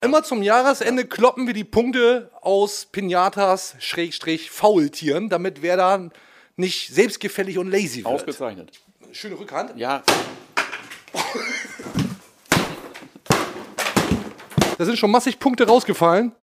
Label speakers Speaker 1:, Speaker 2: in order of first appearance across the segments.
Speaker 1: Immer zum Jahresende kloppen wir die Punkte aus Pinatas / Faultieren, damit Werder nicht selbstgefällig und lazy wird.
Speaker 2: Ausgezeichnet.
Speaker 1: Schöne Rückhand.
Speaker 2: Ja.
Speaker 1: Da sind schon massig Punkte rausgefallen.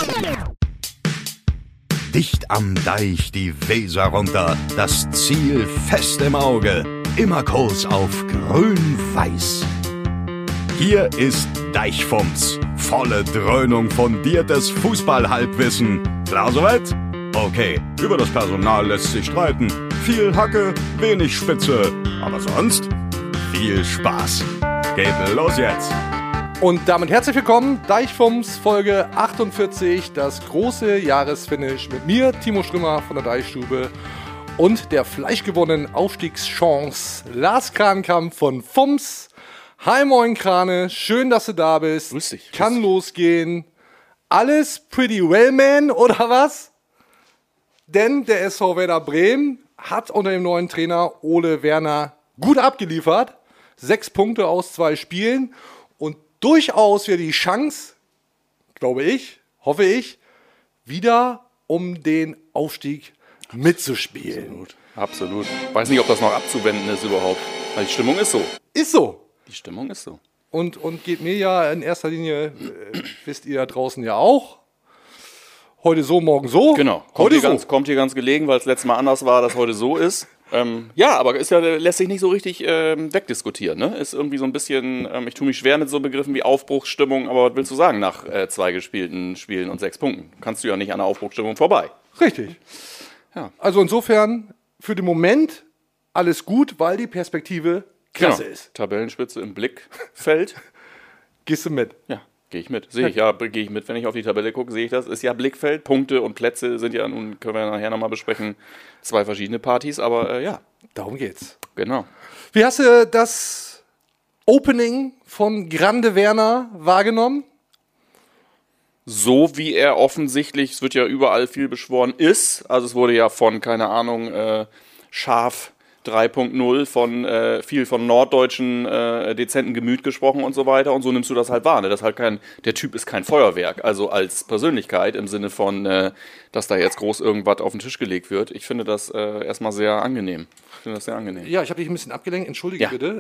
Speaker 3: Dicht am Deich die Weser runter, das Ziel fest im Auge, immer Kurs auf grün-weiß. Hier ist Deichfumms, volle Dröhnung fundiertes Fußball-Halbwissen. Klar soweit? Okay, über das Personal lässt sich streiten. Viel Hacke, wenig Spitze, aber sonst viel Spaß. Geht los jetzt!
Speaker 1: Und damit herzlich willkommen, Deichfumms Folge 48, das große Jahresfinish mit mir, Timo Strümmer von der Deichstube und der fleischgewonnenen Aufstiegschance Lars Krankamp von Fumms. Hi moin Krane, schön, dass du da bist.
Speaker 2: Grüß dich.
Speaker 1: Kann losgehen. Alles pretty well, man, oder was? Denn der SV Werder Bremen hat unter dem neuen Trainer Ole Werner gut abgeliefert. 6 Punkte aus 2 Spielen und durchaus wieder die Chance, glaube ich, hoffe ich, wieder um den Aufstieg mitzuspielen.
Speaker 2: Absolut. Weiß nicht, ob das noch abzuwenden ist überhaupt. Weil die Stimmung ist so.
Speaker 1: Ist so.
Speaker 2: Die Stimmung ist so.
Speaker 1: Und geht mir ja in erster Linie, wisst ihr da draußen ja auch, heute so, morgen so.
Speaker 2: Genau. Kommt hier ganz gelegen, weil es letztes Mal anders war, dass heute so ist. Ja, aber lässt sich nicht so richtig wegdiskutieren. Ne? Ist irgendwie so ein bisschen, ich tue mich schwer mit so Begriffen wie Aufbruchsstimmung, aber was willst du sagen nach 2 gespielten Spielen und 6 Punkten? Kannst du ja nicht an der Aufbruchsstimmung vorbei.
Speaker 1: Richtig.
Speaker 2: Ja.
Speaker 1: Also insofern für den Moment alles gut, weil die Perspektive klasse ist.
Speaker 2: Tabellenspitze im Blickfeld.
Speaker 1: Gehst du mit?
Speaker 2: Ja, gehe ich mit. Gehe ich mit. Wenn ich auf die Tabelle gucke, sehe ich das. Ist ja Blickfeld. Punkte und Plätze sind ja, nun können wir nachher nochmal besprechen, 2 verschiedene Partys, aber ja.
Speaker 1: Darum geht's.
Speaker 2: Genau.
Speaker 1: Wie hast du das Opening von Grande Werner wahrgenommen?
Speaker 2: So wie er offensichtlich, es wird ja überall viel beschworen, ist. Also es wurde ja von, keine Ahnung, Schaf 3.0 von viel von norddeutschen dezenten Gemüt gesprochen und so weiter. Und so nimmst du das halt wahr. Ne? Das halt der Typ ist kein Feuerwerk, also als Persönlichkeit im Sinne von, dass da jetzt groß irgendwas auf den Tisch gelegt wird. Ich finde das erstmal sehr angenehm.
Speaker 1: Ja, ich habe dich ein bisschen abgelenkt, entschuldige
Speaker 2: Ja.
Speaker 1: bitte,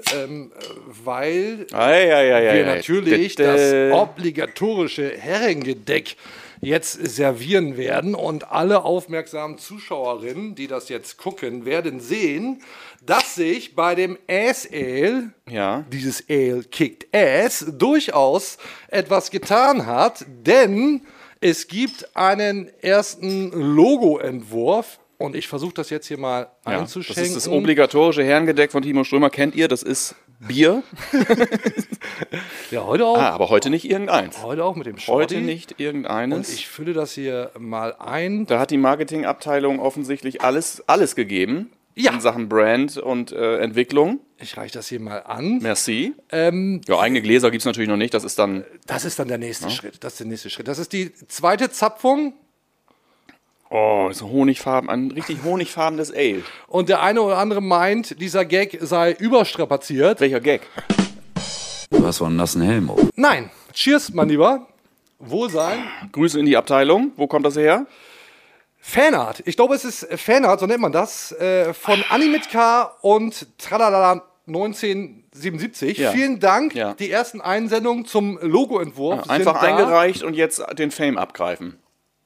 Speaker 1: weil
Speaker 2: wir
Speaker 1: wir natürlich das obligatorische Herrengedeck jetzt servieren werden und alle aufmerksamen Zuschauerinnen, die das jetzt gucken, werden sehen, dass sich bei dem Ass Ale, dieses Ale kickt Ass, durchaus etwas getan hat, denn es gibt einen ersten Logoentwurf und ich versuche das jetzt hier mal einzuschenken.
Speaker 2: Das ist das obligatorische Herrengedeck von Timo Strömer, kennt ihr, das ist Bier.
Speaker 1: Ja, heute auch.
Speaker 2: Aber heute nicht irgendeins.
Speaker 1: Heute auch mit dem Shorty.
Speaker 2: Heute nicht irgendeines.
Speaker 1: Und ich fülle das hier mal ein.
Speaker 2: Da hat die Marketingabteilung offensichtlich alles gegeben in Sachen Brand und Entwicklung.
Speaker 1: Ich reiche das hier mal an.
Speaker 2: Merci. Eigene Gläser gibt es natürlich noch nicht. Das ist dann
Speaker 1: der nächste Schritt. Das ist der nächste Schritt. Das ist die zweite Zapfung.
Speaker 2: Oh, so ein richtig honigfarbenes Ale.
Speaker 1: Und der eine oder andere meint, dieser Gag sei überstrapaziert.
Speaker 2: Welcher Gag?
Speaker 4: Du hast so einen nassen Helm auf.
Speaker 1: Nein. Cheers, mein Lieber. Wohlsein.
Speaker 2: Grüße in die Abteilung. Wo kommt das her?
Speaker 1: Fanart. Ich glaube, es ist Fanart, so nennt man das. Von Animitka und Tralala 1977.
Speaker 2: Ja.
Speaker 1: Vielen Dank.
Speaker 2: Ja.
Speaker 1: Die ersten Einsendungen zum Logoentwurf
Speaker 2: Einfach
Speaker 1: sind da.
Speaker 2: eingereicht und jetzt den Fame abgreifen.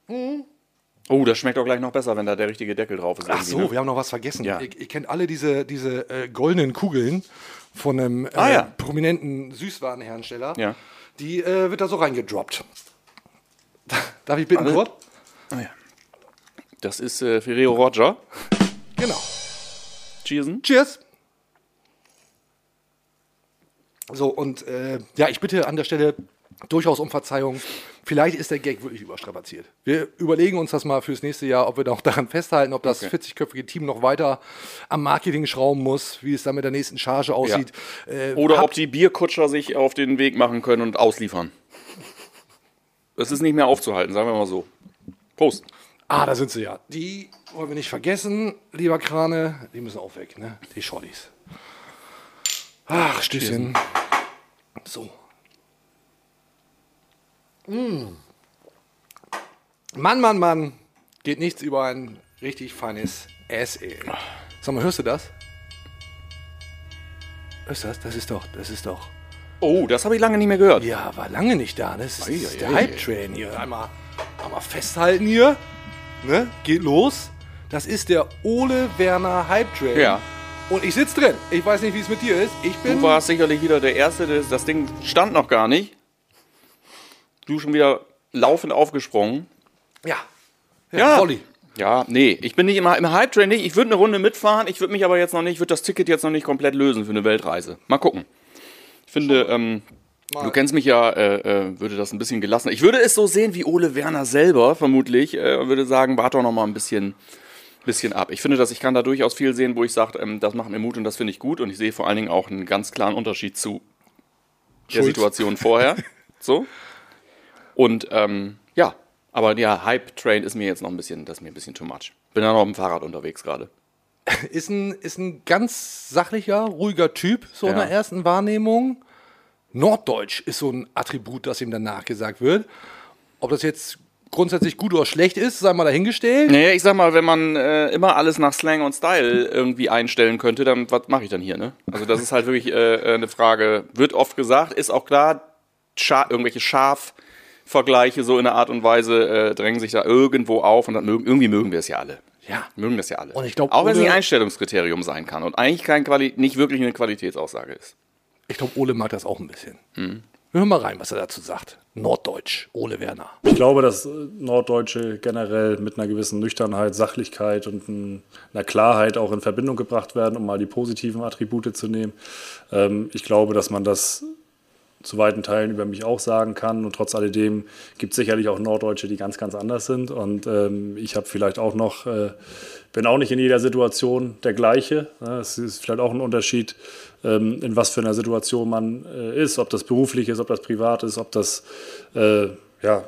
Speaker 2: Oh, das schmeckt doch gleich noch besser, wenn da der richtige Deckel drauf ist.
Speaker 1: Ach so, wir haben noch was vergessen.
Speaker 2: Ja.
Speaker 1: Ihr kennt alle diese goldenen Kugeln von einem prominenten Süßwarenhersteller.
Speaker 2: Ja.
Speaker 1: Die wird da so reingedroppt. Darf ich bitten, Kurt?
Speaker 2: Ah, ja. Das ist Ferrero Roger.
Speaker 1: Genau.
Speaker 2: Cheersen.
Speaker 1: Cheers. So, und ich bitte an der Stelle durchaus um Verzeihung. Vielleicht ist der Gag wirklich überstrapaziert. Wir überlegen uns das mal fürs nächste Jahr, ob wir da auch daran festhalten, ob das 40-köpfige Team noch weiter am Marketing schrauben muss, wie es dann mit der nächsten Charge aussieht.
Speaker 2: Oder ob die Bierkutscher sich auf den Weg machen können und ausliefern. Es ist nicht mehr aufzuhalten, sagen wir mal so. Prost.
Speaker 1: Da sind sie ja. Die wollen wir nicht vergessen, lieber Krane. Die müssen auch weg, ne? Die Shorties. Ach, Stößchen. So. Mann, geht nichts über ein richtig feines Ess-Ale. Sag mal, hörst du das? Hörst du das? Das ist doch.
Speaker 2: Oh, das habe ich lange nicht mehr gehört.
Speaker 1: Ja, war lange nicht da. Ne? Das ist der Hype-Train hier. Einmal festhalten hier. Ne? Geht los. Das ist der Ole Werner Hype-Train.
Speaker 2: Ja.
Speaker 1: Und ich sitze drin. Ich weiß nicht, wie es mit dir ist.
Speaker 2: Du warst sicherlich wieder der Erste, das Ding stand noch gar nicht. Du schon wieder laufend aufgesprungen.
Speaker 1: Ja. Volley.
Speaker 2: Ja, nee, ich bin nicht im Hype-Train nicht. Ich würde eine Runde mitfahren, ich würde mich aber jetzt noch nicht, würde das Ticket jetzt noch nicht komplett lösen für eine Weltreise. Mal gucken. Ich finde, du kennst mich ja, würde das ein bisschen gelassen. Ich würde es so sehen wie Ole Werner selber, vermutlich. Würde sagen, warte doch noch mal ein bisschen ab. Ich finde, ich kann da durchaus viel sehen, wo ich sage, das macht mir Mut und das finde ich gut. Und ich sehe vor allen Dingen auch einen ganz klaren Unterschied zu der Situation vorher. So. Und ja, aber der Hype-Train ist mir jetzt noch ein bisschen too much. Bin ja noch auf dem Fahrrad unterwegs gerade.
Speaker 1: Ist ein ganz sachlicher, ruhiger Typ, so in der ersten Wahrnehmung. Norddeutsch ist so ein Attribut, das ihm dann nachgesagt wird. Ob das jetzt grundsätzlich gut oder schlecht ist, sei mal dahingestellt.
Speaker 2: Naja, ich sag mal, wenn man immer alles nach Slang und Style irgendwie einstellen könnte, dann was mache ich dann hier, ne? Also das ist halt wirklich eine Frage, wird oft gesagt, ist auch klar, irgendwelche Vergleiche so in der Art und Weise drängen sich da irgendwo auf und dann irgendwie mögen wir es ja alle.
Speaker 1: Ja.
Speaker 2: Mögen das ja alle.
Speaker 1: Und ich glaub,
Speaker 2: auch wenn es ein Einstellungskriterium sein kann und eigentlich nicht wirklich eine Qualitätsaussage ist.
Speaker 1: Ich glaube, Ole mag das auch ein bisschen. Wir hören mal rein, was er dazu sagt. Norddeutsch, Ole Werner.
Speaker 5: Ich glaube, dass Norddeutsche generell mit einer gewissen Nüchternheit, Sachlichkeit und einer Klarheit auch in Verbindung gebracht werden, um mal die positiven Attribute zu nehmen. Ich glaube, dass man das zu weiten Teilen über mich auch sagen kann. Und trotz alledem gibt es sicherlich auch Norddeutsche, die ganz, ganz anders sind. Und ich habe vielleicht auch noch, bin auch nicht in jeder Situation der gleiche. Es ist vielleicht auch ein Unterschied, in was für einer Situation man ist. Ob das beruflich ist, ob das privat ist, ob das, ja,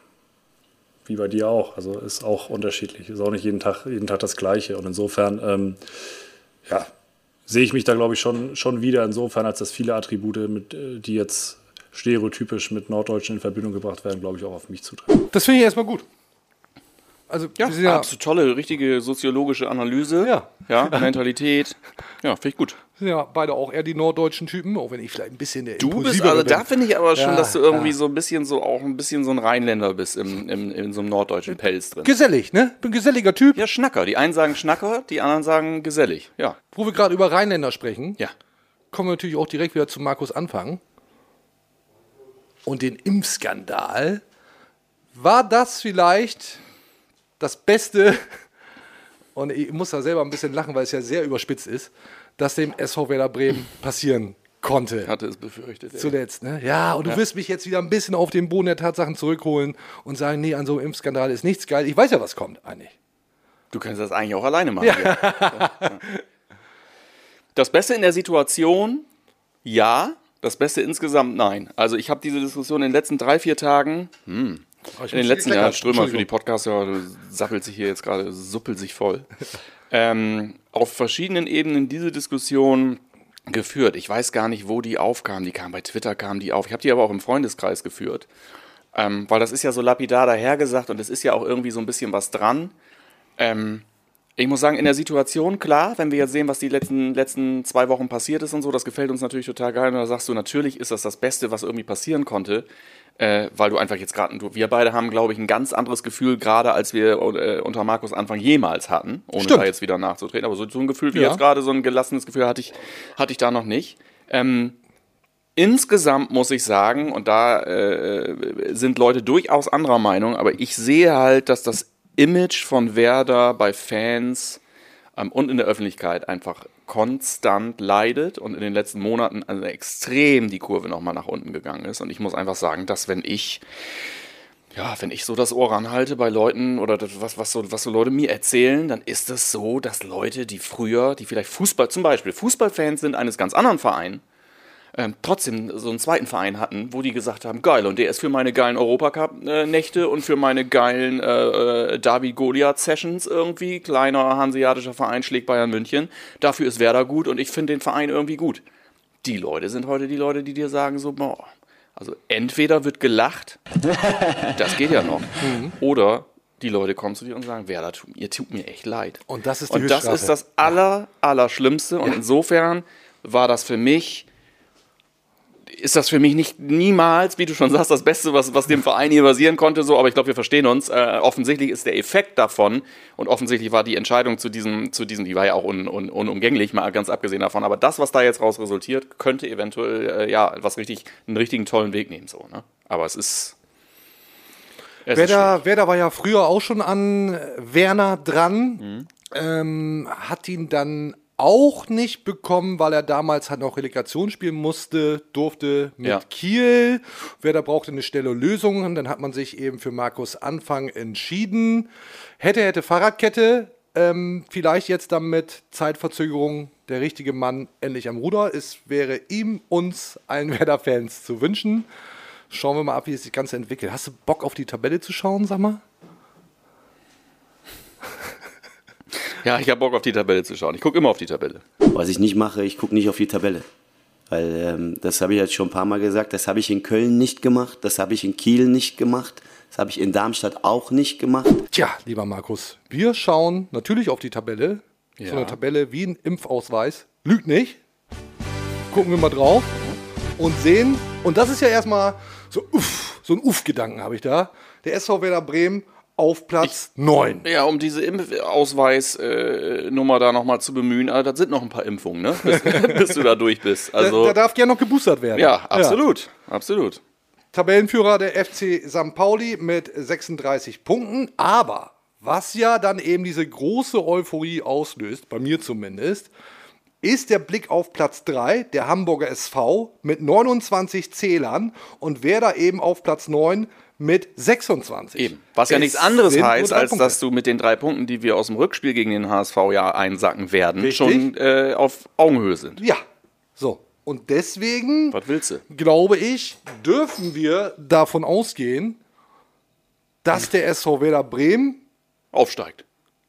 Speaker 5: wie bei dir auch. Also ist auch unterschiedlich. Ist auch nicht jeden Tag das Gleiche. Und insofern, ja, sehe ich mich da, glaube ich, schon wieder insofern, als dass viele Attribute, die jetzt stereotypisch mit Norddeutschen in Verbindung gebracht werden, glaube ich, auch auf mich zutreffen.
Speaker 1: Das finde ich erstmal gut. Also,
Speaker 2: ja, absolut tolle, richtige soziologische Analyse. Ja, Mentalität. Ja, finde ich gut.
Speaker 1: Sind ja beide auch eher die norddeutschen Typen, auch wenn ich vielleicht ein bisschen der
Speaker 2: Du bist, also da finde ich aber schon, dass du irgendwie so ein bisschen so ein Rheinländer bist in so einem norddeutschen Pelz drin.
Speaker 1: Gesellig, ne? Bin ein geselliger Typ.
Speaker 2: Ja, Schnacker. Die einen sagen Schnacker, die anderen sagen gesellig. Ja.
Speaker 1: Wo wir gerade über Rheinländer sprechen,
Speaker 2: ja,
Speaker 1: kommen wir natürlich auch direkt wieder zu Markus Anfang. Und den Impfskandal. War das vielleicht das Beste, und ich muss da selber ein bisschen lachen, weil es ja sehr überspitzt ist, dass dem SV Werder Bremen passieren konnte.
Speaker 2: Hatte es befürchtet.
Speaker 1: Zuletzt, ne? Ja, und du wirst mich jetzt wieder ein bisschen auf den Boden der Tatsachen zurückholen und sagen, nee, an so einem Impfskandal ist nichts geil. Ich weiß ja, was kommt eigentlich.
Speaker 2: Du kannst das eigentlich auch alleine machen. Ja. Das Beste in der Situation, ja. Das Beste insgesamt, nein. Also ich habe diese Diskussion in den letzten 3-4 Tagen, in den letzten Jahren, Strömer für die Podcaster, suppelt sich voll. Auf verschiedenen Ebenen diese Diskussion geführt. Ich weiß gar nicht, wo die aufkam. Bei Twitter kamen die auf. Ich habe die aber auch im Freundeskreis geführt. Weil das ist ja so lapidar dahergesagt und es ist ja auch irgendwie so ein bisschen was dran. Ich muss sagen, in der Situation, klar, wenn wir jetzt sehen, was die letzten 2 Wochen passiert ist und so, das gefällt uns natürlich total geil. Und da sagst du, natürlich ist das Beste, was irgendwie passieren konnte. Weil du einfach jetzt gerade, wir beide haben, glaube ich, ein ganz anderes Gefühl, gerade als wir unter Markus Anfang jemals hatten, ohne da jetzt wieder nachzutreten. Aber so ein Gefühl wie jetzt gerade, so ein gelassenes Gefühl hatte ich da noch nicht. Insgesamt muss ich sagen, und da sind Leute durchaus anderer Meinung, aber ich sehe halt, dass das Image von Werder bei Fans und in der Öffentlichkeit einfach konstant leidet und in den letzten Monaten also extrem die Kurve nochmal nach unten gegangen ist. Und ich muss einfach sagen, dass wenn ich so das Ohr ranhalte bei Leuten oder das, was so Leute mir erzählen, dann ist es so, dass Leute, die vielleicht Fußballfans sind eines ganz anderen Vereins, trotzdem so einen zweiten Verein hatten, wo die gesagt haben, geil, und der ist für meine geilen Europacup-Nächte und für meine geilen David-Goliath-Sessions irgendwie, kleiner hanseatischer Verein schlägt Bayern München, dafür ist Werder gut und ich finde den Verein irgendwie gut. Die Leute sind heute die Leute, die dir sagen so, boah, Also entweder wird gelacht, das geht ja noch, oder die Leute kommen zu dir und sagen, Werder, ihr tut mir echt leid.
Speaker 1: Und das ist die
Speaker 2: das
Speaker 1: Höchststrafe.
Speaker 2: ist das Allerschlimmste. Und insofern war das für mich, ist das für mich nicht niemals, wie du schon sagst, das Beste, was dem Verein hier basieren konnte. So, aber ich glaube, wir verstehen uns. Offensichtlich ist der Effekt davon und offensichtlich war die Entscheidung zu diesem, die war ja auch unumgänglich, mal ganz abgesehen davon. Aber das, was da jetzt raus resultiert, könnte eventuell einen richtigen tollen Weg nehmen. So, ne? Aber es ist
Speaker 1: Werder war ja früher auch schon an Werner dran, hat ihn dann auch nicht bekommen, weil er damals halt noch Relegation spielen durfte mit Kiel. Werder brauchte eine schnelle Lösung und dann hat man sich eben für Markus Anfang entschieden. Hätte Fahrradkette, vielleicht jetzt dann mit Zeitverzögerung der richtige Mann endlich am Ruder. Es wäre ihm, uns, allen Werder-Fans zu wünschen. Schauen wir mal ab, wie sich das Ganze entwickelt. Hast du Bock auf die Tabelle zu schauen, sag mal?
Speaker 2: Ja, ich habe Bock auf die Tabelle zu schauen. Ich gucke immer auf die Tabelle.
Speaker 6: Was ich nicht mache, ich gucke nicht auf die Tabelle. Weil das habe ich jetzt schon ein paar Mal gesagt, das habe ich in Köln nicht gemacht, das habe ich in Kiel nicht gemacht, das habe ich in Darmstadt auch nicht gemacht.
Speaker 1: Tja, lieber Markus, wir schauen natürlich auf die Tabelle. Ja. So eine Tabelle wie ein Impfausweis. Lügt nicht. Gucken wir mal drauf und sehen. Und das ist ja erstmal so ein Uff-Gedanken habe ich da. Der SV Werder Bremen auf Platz 9.
Speaker 2: Ja, um diese Impfausweis-Nummer da nochmal zu bemühen, also das sind noch ein paar Impfungen, ne? bis du da durch bist. Also,
Speaker 1: da darf gerne noch geboostert werden.
Speaker 2: Ja, absolut. Absolut.
Speaker 1: Tabellenführer der FC St. Pauli mit 36 Punkten. Aber was ja dann eben diese große Euphorie auslöst, bei mir zumindest, ist der Blick auf Platz 3, der Hamburger SV mit 29 Zählern und Werder eben auf Platz 9 mit 26.
Speaker 2: Eben. Was ja nichts anderes heißt, als dass du mit den 3 Punkten, die wir aus dem Rückspiel gegen den HSV ja einsacken werden,
Speaker 1: richtig,
Speaker 2: schon auf Augenhöhe sind.
Speaker 1: Ja, so. Und deswegen,
Speaker 2: was willst du?
Speaker 1: Glaube ich, dürfen wir davon ausgehen, dass der SV Werder Bremen
Speaker 2: aufsteigt.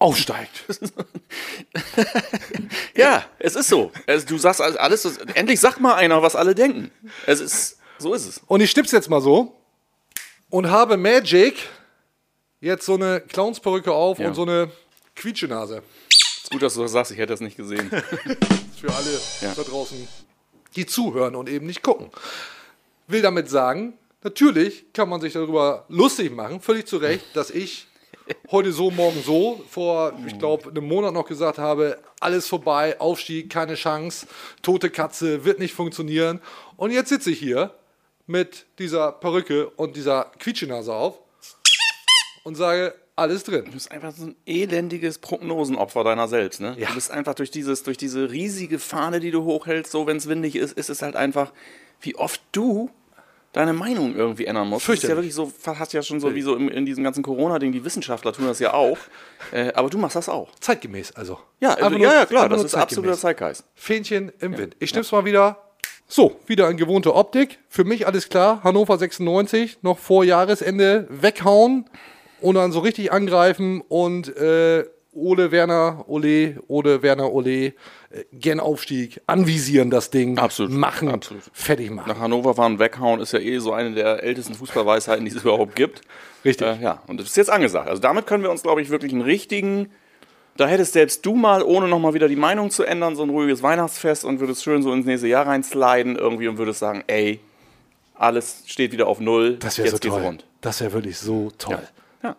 Speaker 2: Ja, es ist so. Du sagst alles, endlich sagt mal einer, was alle denken. So ist es.
Speaker 1: Und ich stipp's jetzt mal so und habe Magic jetzt so eine Clownsperücke auf und so eine Quietschenase.
Speaker 2: Ist gut, dass du das sagst, ich hätte das nicht gesehen.
Speaker 1: Für alle da draußen, die zuhören und eben nicht gucken. Will damit sagen, natürlich kann man sich darüber lustig machen, völlig zu Recht, dass ich heute so, morgen so, vor, ich glaube, einem Monat noch gesagt habe, alles vorbei, Aufstieg, keine Chance, tote Katze, wird nicht funktionieren. Und jetzt sitze ich hier mit dieser Perücke und dieser Quietschenase auf und sage, alles drin.
Speaker 2: Du bist einfach so ein elendiges Prognosenopfer deiner selbst, ne?
Speaker 1: Ja.
Speaker 2: Du bist einfach durch diese riesige Fahne, die du hochhältst, so wenn es windig ist, ist es halt einfach, wie oft du deine Meinung irgendwie ändern musst. Das ist ja wirklich so, hast ja schon so wie so in diesem ganzen Corona-Ding, die Wissenschaftler tun das ja auch, aber du machst das auch.
Speaker 1: Zeitgemäß also.
Speaker 2: Ja, klar, das ist absoluter Zeitgeist.
Speaker 1: Fähnchen im Wind. Ich stimm's mal wieder. So, wieder in gewohnter Optik. Für mich alles klar. Hannover 96, noch vor Jahresende weghauen und dann so richtig angreifen und Ole Werner, Ole, gern Aufstieg, anvisieren das Ding, machen, fertig machen.
Speaker 2: Nach Hannover fahren, weghauen ist ja so eine der ältesten Fußballweisheiten, die es überhaupt gibt.
Speaker 1: Richtig.
Speaker 2: Und das ist jetzt angesagt. Also damit können wir uns, glaube ich, wirklich einen richtigen, da hättest selbst du mal, ohne nochmal wieder die Meinung zu ändern, so ein ruhiges Weihnachtsfest und würdest schön so ins nächste Jahr reinsliden irgendwie und würdest sagen, ey, alles steht wieder auf Null,
Speaker 1: das wäre so toll.
Speaker 2: Rund.
Speaker 1: Das wäre wirklich so toll.
Speaker 2: Ja.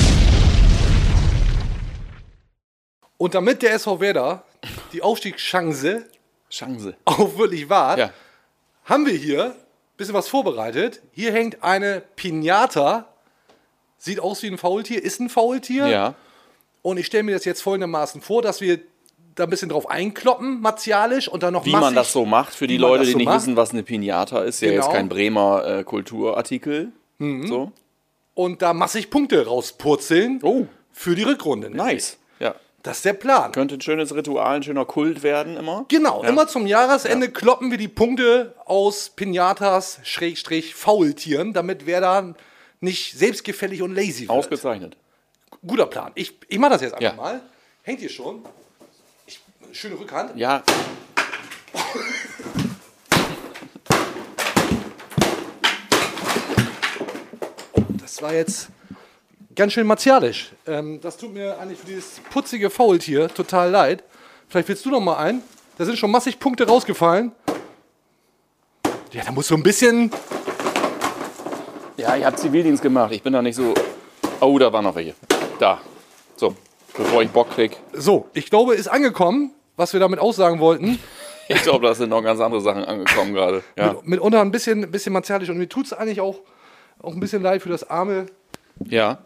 Speaker 1: Und damit der SV Werder die Aufstiegschance auch wirklich wahrt, haben wir hier ein bisschen was vorbereitet. Hier hängt eine Piñata, sieht aus wie ein Faultier, ist ein Faultier.
Speaker 2: Ja.
Speaker 1: Und ich stelle mir das jetzt folgendermaßen vor, dass wir da ein bisschen drauf einkloppen, martialisch, und dann noch
Speaker 2: wie man das so macht, für die Leute, die nicht wissen, was eine Piñata ist. Ja, jetzt kein Bremer Kulturartikel. So.
Speaker 1: Und da massig Punkte rauspurzeln für die Rückrunde.
Speaker 2: Nice. Ja.
Speaker 1: Das ist der Plan.
Speaker 2: Könnte ein schönes Ritual, ein schöner Kult werden immer.
Speaker 1: Genau, immer zum Jahresende kloppen wir die Punkte aus Piñatas / Faultieren, damit Werder nicht selbstgefällig und lazy wird.
Speaker 2: Ausgezeichnet.
Speaker 1: Guter Plan. Ich mache das jetzt einfach mal. Hängt hier schon. Schöne Rückhand.
Speaker 2: Ja.
Speaker 1: Das war jetzt ganz schön martialisch. Das tut mir eigentlich für dieses putzige Faultier total leid. Vielleicht willst du noch mal ein. Da sind schon massig Punkte rausgefallen. Ja, da musst du ein bisschen...
Speaker 2: Ja, ich habe Zivildienst gemacht. Ich bin da nicht so... Oh, da waren noch welche. Da. So, bevor ich Bock krieg.
Speaker 1: So, ich glaube, ist angekommen, was wir damit aussagen wollten.
Speaker 2: Ich glaube, da sind noch ganz andere Sachen angekommen gerade. Ja.
Speaker 1: Mitunter ein bisschen martialisch. Und mir tut es eigentlich auch ein bisschen leid für das arme,
Speaker 2: Ja.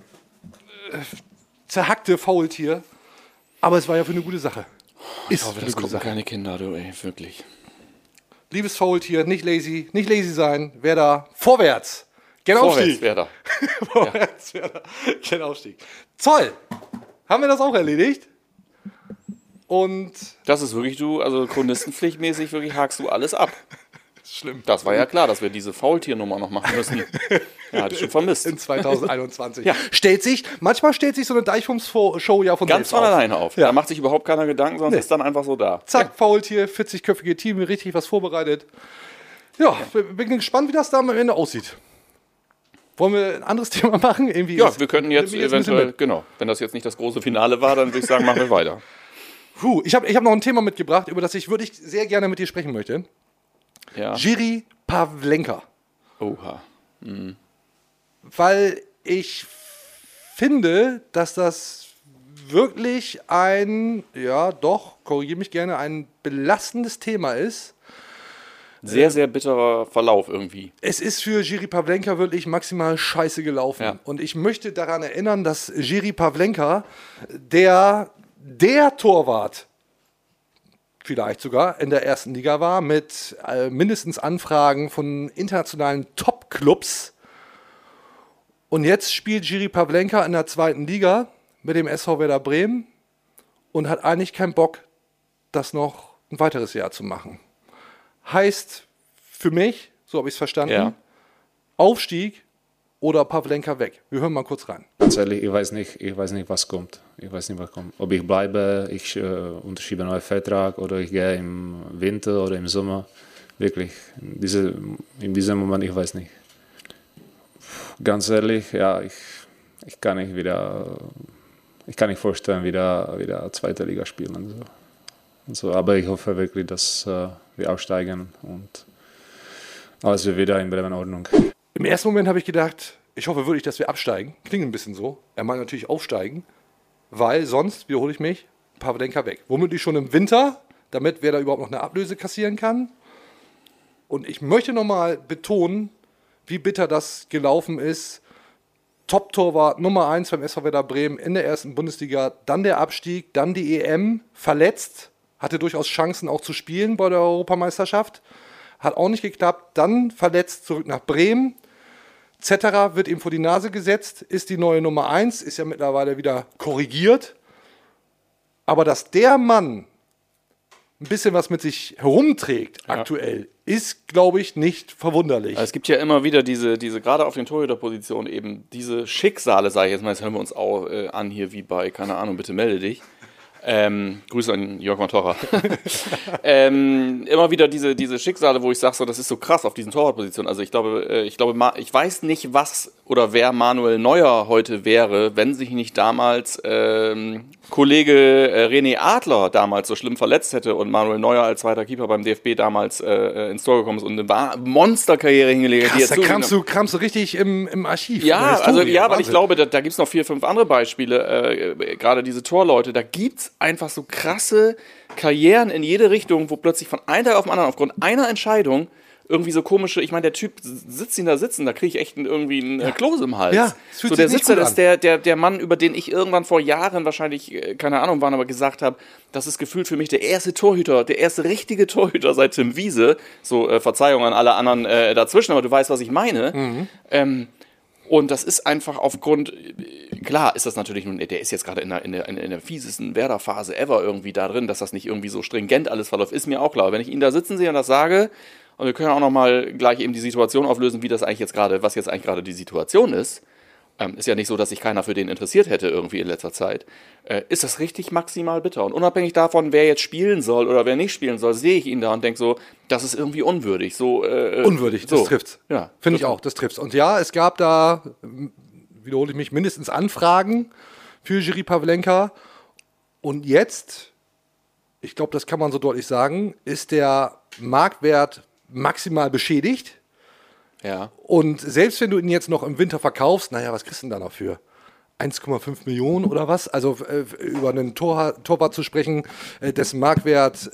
Speaker 1: zerhackte Faultier. Aber es war ja für eine gute Sache.
Speaker 2: Ich hoffe, das gucken keine Kinder, du, ey, wirklich.
Speaker 1: Liebes Faultier, nicht lazy sein. Wer da? Vorwärts. Gern Aufstieg.
Speaker 2: Vorwärts wäre da.
Speaker 1: Vorwärts wäre da. Gern Aufstieg. Zoll. Haben wir das auch erledigt? Und
Speaker 2: Das ist wirklich also chronistenpflichtmäßig wirklich hakst du alles ab.
Speaker 1: schlimm.
Speaker 2: Das war ja klar, dass wir diese Faultiernummer noch machen müssen. Ja, hatte ich schon vermisst.
Speaker 1: In 2021.
Speaker 2: Ja.
Speaker 1: Manchmal stellt sich so eine Deichfums-Show ja von
Speaker 2: Ganz
Speaker 1: selbst
Speaker 2: von
Speaker 1: auf.
Speaker 2: alleine auf.
Speaker 1: Ja.
Speaker 2: Da macht sich überhaupt keiner Gedanken, sondern ist dann einfach so da.
Speaker 1: Zack, Faultier, 40-köpfige Team, richtig was vorbereitet. Ja, bin gespannt, wie das da am Ende aussieht. Wollen wir ein anderes Thema machen? Irgendwie
Speaker 2: Ja, wir könnten jetzt
Speaker 1: nimm mich ein bisschen
Speaker 2: eventuell,
Speaker 1: mit.
Speaker 2: genau, wenn das jetzt nicht das große Finale war, dann würde ich sagen, machen wir weiter.
Speaker 1: Ich hab noch ein Thema mitgebracht, über das ich wirklich sehr gerne mit dir sprechen möchte.
Speaker 2: Ja.
Speaker 1: Jiri Pavlenka.
Speaker 2: Oha.
Speaker 1: Weil ich finde, dass das wirklich korrigiere mich gerne, ein belastendes Thema ist.
Speaker 2: Sehr, sehr bitterer Verlauf irgendwie.
Speaker 1: Es ist für Jiri Pavlenka wirklich maximal scheiße gelaufen.
Speaker 2: Ja.
Speaker 1: Und ich möchte daran erinnern, dass Jiri Pavlenka der Torwart vielleicht sogar in der ersten Liga war, mit mindestens Anfragen von internationalen Top-Clubs. Und jetzt spielt Jiri Pavlenka in der zweiten Liga mit dem SV Werder Bremen und hat eigentlich keinen Bock, das noch ein weiteres Jahr zu machen. Heißt für mich, so habe ich es verstanden,
Speaker 2: Ja.
Speaker 1: Aufstieg oder Pavlenka weg. Wir hören mal kurz rein.
Speaker 5: Ganz ehrlich, ich weiß nicht, was kommt. Ob ich bleibe, ich unterschreibe einen neuen Vertrag oder ich gehe im Winter oder im Sommer. Wirklich, in diesem Moment, ich weiß nicht. Ganz ehrlich, ja, ich kann nicht vorstellen, wieder zweite Liga spielen und so. Aber ich hoffe wirklich, dass wir aufsteigen und alles wird wieder in Bremen in Ordnung.
Speaker 1: Im ersten Moment habe ich gedacht, ich hoffe wirklich, dass wir absteigen. Klingt ein bisschen so. Er meint natürlich aufsteigen, weil sonst, wiederhole ich mich, Pavlenka weg. Womöglich schon im Winter, damit wer da überhaupt noch eine Ablöse kassieren kann. Und ich möchte nochmal betonen, wie bitter das gelaufen ist. Top-Torwart Nummer 1 beim SV Werder Bremen in der ersten Bundesliga, dann der Abstieg, dann die EM, verletzt, hatte durchaus Chancen auch zu spielen bei der Europameisterschaft, hat auch nicht geklappt, dann verletzt zurück nach Bremen. Zetterer wird ihm vor die Nase gesetzt, ist die neue Nummer 1, ist ja mittlerweile wieder korrigiert. Aber dass der Mann ein bisschen was mit sich herumträgt aktuell, ist, glaube ich, nicht verwunderlich.
Speaker 2: Also es gibt ja immer wieder diese gerade auf den Torhüterpositionen eben diese Schicksale, sage ich jetzt mal, jetzt hören wir uns auch an hier wie bei, keine Ahnung, bitte melde dich. Grüße an Jörg Montorra. Immer wieder diese Schicksale, wo ich sage, so, das ist so krass auf diesen Torwartpositionen. Also ich weiß nicht, was oder wer Manuel Neuer heute wäre, wenn sich nicht damals Kollege René Adler damals so schlimm verletzt hätte und Manuel Neuer als zweiter Keeper beim DFB damals ins Tor gekommen ist und eine Monsterkarriere hingelegt hat.
Speaker 1: Krass, da kramst du richtig im Archiv.
Speaker 2: Ja, weil ich glaube, da gibt es noch 4, 5 andere Beispiele, gerade diese Torleute, da gibt es einfach so krasse Karrieren in jede Richtung, wo plötzlich von einem Tag auf den anderen aufgrund einer Entscheidung irgendwie so komische, ich meine, der Typ sitzt ihn da sitzen, da kriege ich echt irgendwie einen Kloß im Hals.
Speaker 1: Ja, es fühlt
Speaker 2: so,
Speaker 1: sich
Speaker 2: der
Speaker 1: nicht
Speaker 2: Sitzer,
Speaker 1: gut
Speaker 2: das ist der Mann, über den ich irgendwann vor Jahren wahrscheinlich, keine Ahnung wann, aber gesagt habe, das ist gefühlt für mich der erste richtige Torhüter seit Tim Wiese. So, Verzeihung an alle anderen dazwischen, aber du weißt, was ich meine. Und das ist einfach aufgrund, klar ist das natürlich nun, der ist jetzt gerade in der fiesesten Werder-Phase ever irgendwie da drin, dass das nicht irgendwie so stringent alles verläuft, ist mir auch klar. Wenn ich ihn da sitzen sehe und das sage, und wir können auch nochmal gleich eben die Situation auflösen, was jetzt eigentlich gerade die Situation ist. ist ja nicht so, dass sich keiner für den interessiert hätte irgendwie in letzter Zeit, ist das richtig maximal bitter. Und unabhängig davon, wer jetzt spielen soll oder wer nicht spielen soll, sehe ich ihn da und denke so, das ist irgendwie unwürdig.
Speaker 1: Unwürdig, das trifft's.
Speaker 2: Ja,
Speaker 1: Finde ich auch, das trifft's. Und ja, es gab da, wiederhole ich mich, mindestens Anfragen für Jiří Pavlenka. Und jetzt, ich glaube, das kann man so deutlich sagen, ist der Marktwert maximal beschädigt.
Speaker 2: Ja.
Speaker 1: Und selbst wenn du ihn jetzt noch im Winter verkaufst, naja, was kriegst du denn da noch für? 1,5 Millionen oder was? Also über einen Torwart zu sprechen, dessen Marktwert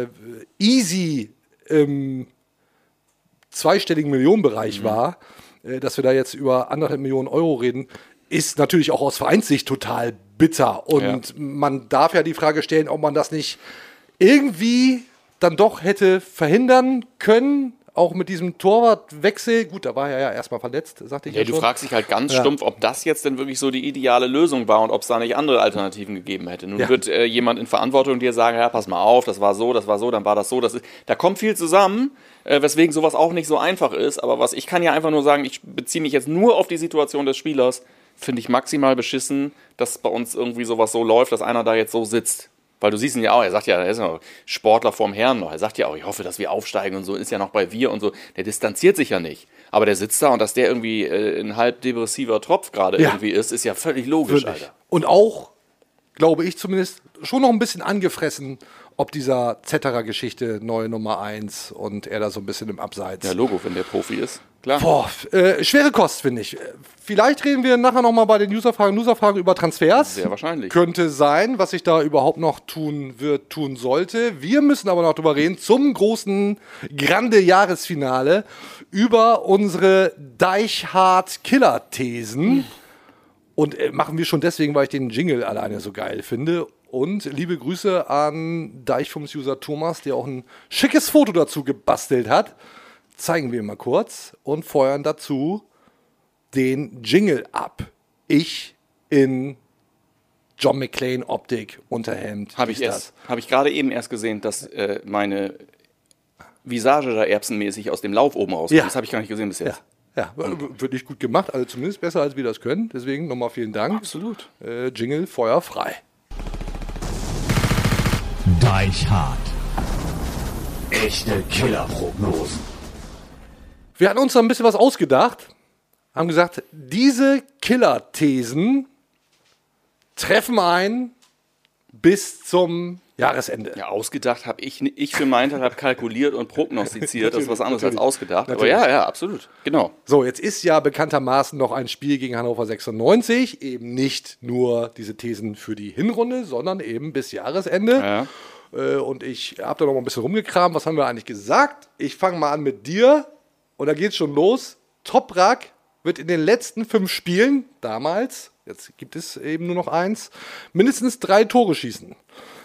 Speaker 1: easy im zweistelligen Millionenbereich war, dass wir da jetzt über 1,5 Millionen Euro reden, ist natürlich auch aus Vereinssicht total bitter. Und man darf ja die Frage stellen, ob man das nicht irgendwie dann doch hätte verhindern können, auch mit diesem Torwartwechsel. Gut, da war er ja erstmal verletzt, sagte ich ja schon.
Speaker 2: Du fragst dich halt ganz stumpf, ob das jetzt denn wirklich so die ideale Lösung war und ob es da nicht andere Alternativen gegeben hätte. Nun wird jemand in Verantwortung dir sagen, ja, pass mal auf, das war so, dann war das so. Da kommt viel zusammen, weswegen sowas auch nicht so einfach ist. Aber ich kann ja einfach nur sagen, ich beziehe mich jetzt nur auf die Situation des Spielers, finde ich maximal beschissen, dass bei uns irgendwie sowas so läuft, dass einer da jetzt so sitzt. Weil du siehst ihn ja auch, er sagt ja, er ist ja Sportler vorm Herrn noch. Er sagt ja auch, ich hoffe, dass wir aufsteigen und so, ist ja noch bei wir und so. Der distanziert sich ja nicht. Aber der sitzt da und dass der irgendwie ein halb depressiver Tropf gerade irgendwie ist ja völlig logisch, Alter.
Speaker 1: Und auch, glaube ich zumindest, schon noch ein bisschen angefressen, ob dieser Zetterer-Geschichte neue Nummer 1 und er da so ein bisschen im Abseits.
Speaker 2: Ja, Logo, wenn der Profi ist. Klar.
Speaker 1: Boah, schwere Kost, finde ich. Vielleicht reden wir nachher nochmal bei den Userfragen über Transfers.
Speaker 2: Sehr wahrscheinlich.
Speaker 1: Könnte sein, was sich da überhaupt noch tun sollte. Wir müssen aber noch drüber reden, zum großen Grande-Jahresfinale, über unsere Deichhardt-Killer-Thesen. Und machen wir schon deswegen, weil ich den Jingle alleine so geil finde. Und liebe Grüße an Deichfums-User Thomas, der auch ein schickes Foto dazu gebastelt hat. Zeigen wir mal kurz und feuern dazu den Jingle ab. Ich in John McClane Optik, Unterhemd.
Speaker 2: Habe ich gerade eben erst gesehen, dass meine Visage da erbsenmäßig aus dem Lauf oben rauskommt. Das habe ich gar nicht gesehen bis jetzt.
Speaker 1: Ja, wirklich gut gemacht, also zumindest besser, als wir das können. Deswegen nochmal vielen Dank.
Speaker 2: Absolut.
Speaker 1: Jingle, Feuer frei.
Speaker 3: Deichhardt. Echte Killerprognosen.
Speaker 1: Wir hatten uns da ein bisschen was ausgedacht, haben gesagt, diese Killer-Thesen treffen ein bis zum Jahresende.
Speaker 2: Ja, ausgedacht habe ich für meinen Teil habe kalkuliert und prognostiziert. Das ist was anderes als ausgedacht. Natürlich. Aber ja, absolut. Genau.
Speaker 1: So, jetzt ist ja bekanntermaßen noch ein Spiel gegen Hannover 96. Eben nicht nur diese Thesen für die Hinrunde, sondern eben bis Jahresende.
Speaker 2: Ja.
Speaker 1: Und ich habe da noch mal ein bisschen rumgekramt. Was haben wir eigentlich gesagt? Ich fange mal an mit dir. Und da geht's schon los. Toprak wird in den letzten 5 Spielen, damals, jetzt gibt es eben nur noch 1, mindestens 3 Tore schießen.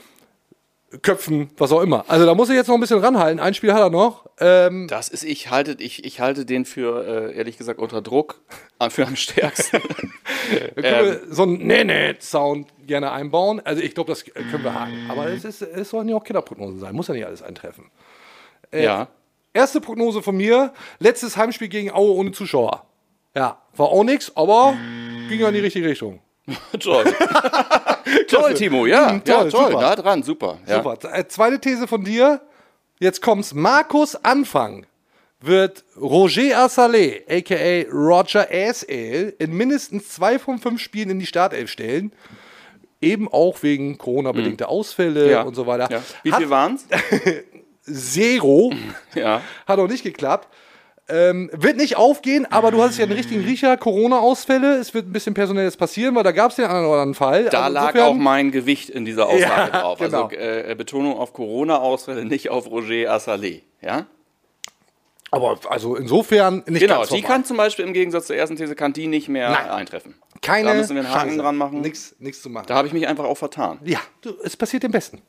Speaker 1: Köpfen, was auch immer. Also da muss er jetzt noch ein bisschen ranhalten. Ein Spiel hat er noch.
Speaker 2: Ich halte den für, ehrlich gesagt, unter Druck für am stärksten.
Speaker 1: Da können wir so einen Sound gerne einbauen. Also ich glaube, das können wir haken. Aber es sollen ja auch Killerprognosen sein. Muss ja nicht alles eintreffen.
Speaker 2: Ja.
Speaker 1: Erste Prognose von mir. Letztes Heimspiel gegen Aue ohne Zuschauer. Ja, war auch nix, aber ging ja in die richtige Richtung.
Speaker 2: Toll. Toll, Timo, ja.
Speaker 1: Toll,
Speaker 2: toll.
Speaker 1: Super.
Speaker 2: Da dran, super. Ja.
Speaker 1: Super. Zweite These von dir. Jetzt kommt's. Markus Anfang wird Roger Assalé, a.k.a. Roger Asale, in mindestens 2 von 5 Spielen in die Startelf stellen. Eben auch wegen Corona-bedingter Ausfälle und so weiter.
Speaker 2: Ja. Wie viel waren's?
Speaker 1: 0.
Speaker 2: Ja.
Speaker 1: Hat auch nicht geklappt. Wird nicht aufgehen, aber du hast ja einen richtigen Riecher, Corona-Ausfälle. Es wird ein bisschen Personelles passieren, weil da gab es den einen oder anderen Fall.
Speaker 2: Da
Speaker 1: also
Speaker 2: lag auch mein Gewicht in dieser Aussage drauf.
Speaker 1: Genau.
Speaker 2: Also Betonung auf Corona-Ausfälle, nicht auf Roger Assalé. Ja?
Speaker 1: Aber also insofern nicht
Speaker 2: genau,
Speaker 1: ganz
Speaker 2: die kann zum Beispiel im Gegensatz zur ersten These kann die nicht mehr eintreffen.
Speaker 1: Keine
Speaker 2: da müssen wir einen Haken
Speaker 1: Chance
Speaker 2: dran machen.
Speaker 1: Nichts zu machen.
Speaker 2: Da habe ich mich einfach auch vertan.
Speaker 1: Ja, es passiert dem Besten.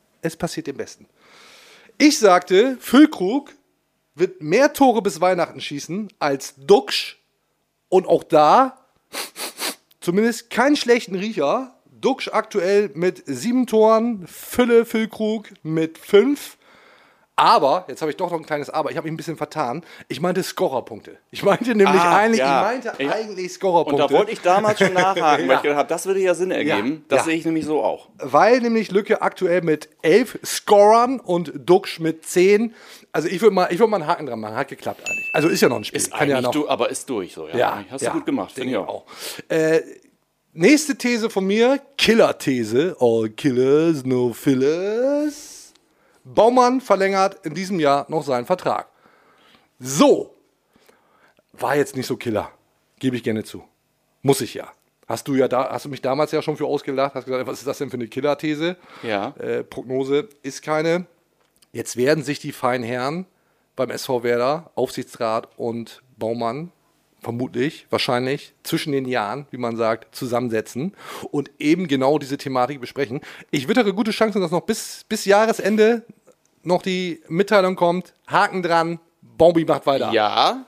Speaker 1: Ich sagte, Füllkrug wird mehr Tore bis Weihnachten schießen als Duxch. Und auch da zumindest keinen schlechten Riecher. Duxch aktuell mit 7 Toren, Füllkrug mit 5. Aber, jetzt habe ich doch noch ein kleines Aber, ich habe mich ein bisschen vertan. Ich meinte Scorerpunkte. Ich meinte nämlich eigentlich Scorerpunkte.
Speaker 2: Und da wollte ich damals schon nachhaken, weil ich gedacht habe, das würde ja Sinn ergeben. Das sehe ich nämlich so auch.
Speaker 1: Weil nämlich Lücke aktuell mit 11 Scorern und Duxch mit 10. Also ich würde mal einen Haken dran machen. Hat geklappt eigentlich. Also ist ja noch ein Spiel.
Speaker 2: Ist
Speaker 1: Kann ja noch.
Speaker 2: Aber ist durch so. Ja. Hast du gut gemacht, finde ich auch.
Speaker 1: Nächste These von mir, Killer-These. All killers, no fillers. Baumann verlängert in diesem Jahr noch seinen Vertrag. So. War jetzt nicht so Killer. Gebe ich gerne zu. Muss ich ja. Hast du mich damals ja schon für ausgelacht, hast gesagt, was ist das denn für eine Killer-These?
Speaker 2: Ja.
Speaker 1: Prognose ist keine. Jetzt werden sich die feinen Herren beim SV Werder, Aufsichtsrat und Baumann, wahrscheinlich, zwischen den Jahren, wie man sagt, zusammensetzen und eben genau diese Thematik besprechen. Ich wittere gute Chancen, dass noch bis Jahresende noch die Mitteilung kommt. Haken dran, Baumi macht weiter.
Speaker 2: Ja.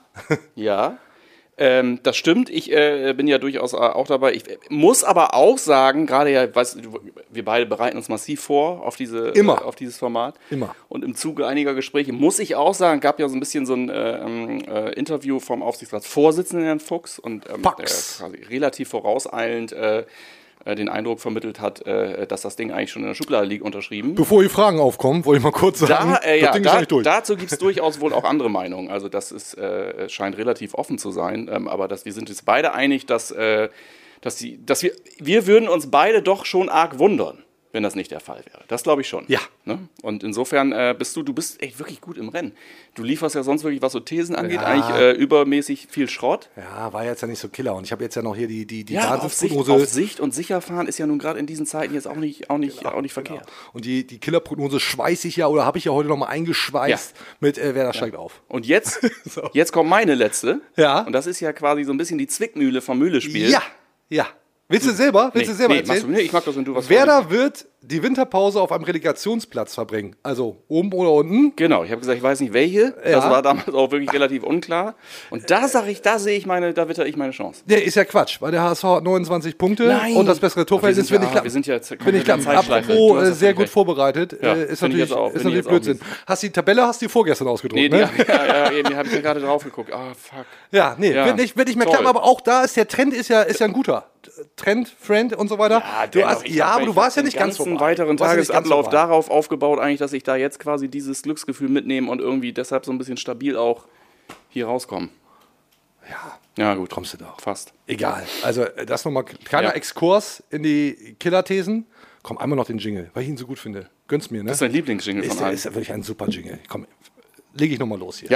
Speaker 2: Das stimmt, ich bin ja durchaus auch dabei. Ich muss aber auch sagen, gerade wir beide bereiten uns massiv vor auf dieses Format.
Speaker 1: Immer.
Speaker 2: Und im Zuge einiger Gespräche muss ich auch sagen, gab ja so ein bisschen so ein Interview vom Aufsichtsratsvorsitzenden Herrn Fuchs und der quasi relativ vorauseilend den Eindruck vermittelt hat, dass das Ding eigentlich schon in der Schublade liegt, unterschrieben.
Speaker 1: Bevor die Fragen aufkommen, wollte ich mal kurz sagen, das Ding ist eigentlich durch.
Speaker 2: Dazu gibt es durchaus wohl auch andere Meinungen. Also das scheint relativ offen zu sein. Aber wir sind uns beide einig, dass wir würden uns beide doch schon arg wundern, wenn das nicht der Fall wäre. Das glaube ich schon.
Speaker 1: Ja.
Speaker 2: Ne? Und insofern bist du bist echt wirklich gut im Rennen. Du lieferst ja sonst wirklich, was so Thesen angeht, eigentlich übermäßig viel Schrott.
Speaker 1: Ja, war jetzt ja nicht so Killer. Und ich habe jetzt ja noch hier die
Speaker 2: auf Sicht und sicher fahren ist ja nun gerade in diesen Zeiten jetzt auch nicht verkehrt.
Speaker 1: Genau. Und die Killerprognose schweiße ich ja, oder habe ich ja heute noch mal eingeschweißt mit Werder steigt auf.
Speaker 2: Und jetzt kommt meine letzte.
Speaker 1: Ja.
Speaker 2: Und das ist ja quasi so ein bisschen die Zwickmühle vom Mühlespiel.
Speaker 1: Ja. Willst du selber erzählen?
Speaker 2: Ich mag das, wenn du was
Speaker 1: Werder wird die Winterpause auf einem Relegationsplatz verbringen. Also oben oder unten.
Speaker 2: Genau, ich habe gesagt, ich weiß nicht welche. Ja. Das war damals auch wirklich relativ unklar. Und da witter ich meine Chance.
Speaker 1: Der ist ja Quatsch, weil der HSV hat 29 Punkte und das bessere Torverhältnis wird nicht klappen.
Speaker 2: Wir sind ja jetzt
Speaker 1: apropos sehr gut vorbereitet. Ist natürlich Blödsinn. Hast du die Tabelle vorgestern ausgedruckt?
Speaker 2: Nee,
Speaker 1: ne?
Speaker 2: Die habe ich mir gerade drauf geguckt. Fuck.
Speaker 1: Ja, wird nicht mehr klappen, aber auch da ist der Trend ist ja ein guter. Trend, Friend und so weiter. Aber du warst ja nicht ganz vorbei.
Speaker 2: Weiteren Tagesablauf darauf aufgebaut, eigentlich, dass ich da jetzt quasi dieses Glücksgefühl mitnehme und irgendwie deshalb so ein bisschen stabil auch hier rauskomme. Ja, gut.
Speaker 1: Kommst du doch.
Speaker 2: Fast.
Speaker 1: Egal. Also, das nochmal kleiner Exkurs in die Killer-Thesen. Komm, einmal noch den Jingle, weil ich ihn so gut finde. Gönn's mir, ne?
Speaker 2: Das ist dein Lieblingsjingle von allen.
Speaker 1: Ist ja wirklich ein super Jingle. Komm, lege ich nochmal los hier.
Speaker 2: Ja.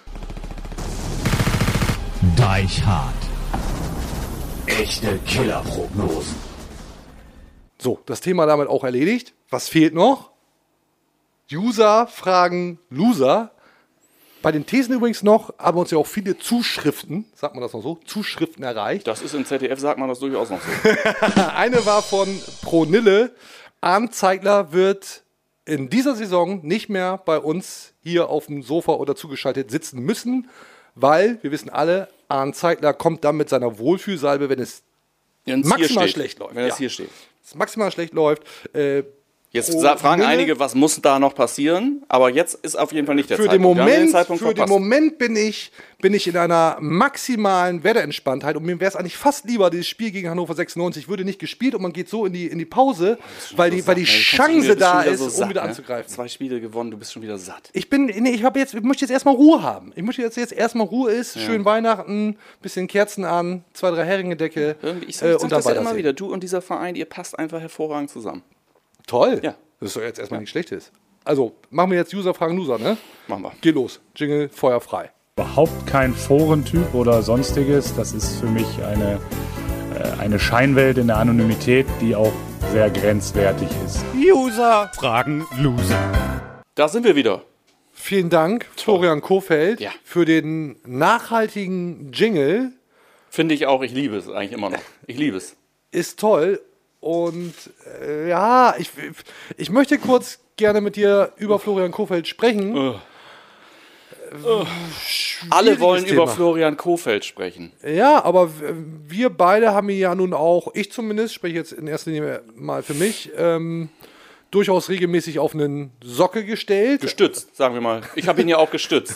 Speaker 3: Deichhard. Echte Killerprognosen.
Speaker 1: So, das Thema damit auch erledigt. Was fehlt noch? User fragen Loser. Bei den Thesen übrigens noch haben uns ja auch viele Zuschriften, sagt man das noch so, Zuschriften erreicht.
Speaker 2: Das ist im ZDF, sagt man das durchaus noch so.
Speaker 1: Eine war von Pronille. Arndt Zeigler wird in dieser Saison nicht mehr bei uns hier auf dem Sofa oder zugeschaltet sitzen müssen, weil, wir wissen alle, Arndt Zeigler kommt dann mit seiner Wohlfühlsalbe, wenn es maximal schlecht läuft.
Speaker 2: Wenn es hier steht.
Speaker 1: Es maximal schlecht läuft.
Speaker 2: Jetzt fragen einige, was muss da noch passieren? Aber jetzt ist auf jeden Fall nicht der
Speaker 1: Zeitpunkt. Für den Moment bin ich in einer maximalen Werderentspanntheit und mir wäre es eigentlich fast lieber, dieses Spiel gegen Hannover 96 würde nicht gespielt und man geht so in die Pause, weil die Chance da ist, um wieder anzugreifen.
Speaker 2: 2 Spiele gewonnen, du bist schon wieder satt.
Speaker 1: Ich möchte jetzt erstmal Ruhe haben. Ich möchte jetzt erstmal Ruhe ist, schön Weihnachten, bisschen Kerzen an, 2, 3 Heringendecke.
Speaker 2: Ich sag das ja immer wieder, du und dieser Verein, ihr passt einfach hervorragend zusammen.
Speaker 1: Toll. Ja. Das ist doch jetzt erstmal nichts Schlechtes. Also, machen wir jetzt User fragen Loser, ne?
Speaker 2: Machen wir.
Speaker 1: Geh los. Jingle, Feuer frei.
Speaker 5: Überhaupt kein Forentyp oder sonstiges. Das ist für mich eine Scheinwelt in der Anonymität, die auch sehr grenzwertig ist.
Speaker 3: User fragen Loser.
Speaker 2: Da sind wir wieder.
Speaker 1: Vielen Dank, Florian Kohfeldt, für den nachhaltigen Jingle.
Speaker 2: Finde ich auch. Ich liebe es eigentlich immer noch. Ich liebe es.
Speaker 1: Ist toll. Und ich möchte kurz gerne mit dir über Florian Kohfeldt sprechen.
Speaker 2: Alle wollen über Florian Kohfeldt sprechen.
Speaker 1: Ja, aber wir beide haben ihn ja nun auch, ich zumindest, spreche jetzt in erster Linie mal für mich, durchaus regelmäßig auf einen Sockel gestellt.
Speaker 2: Gestützt, sagen wir mal. Ich habe ihn ja auch gestützt.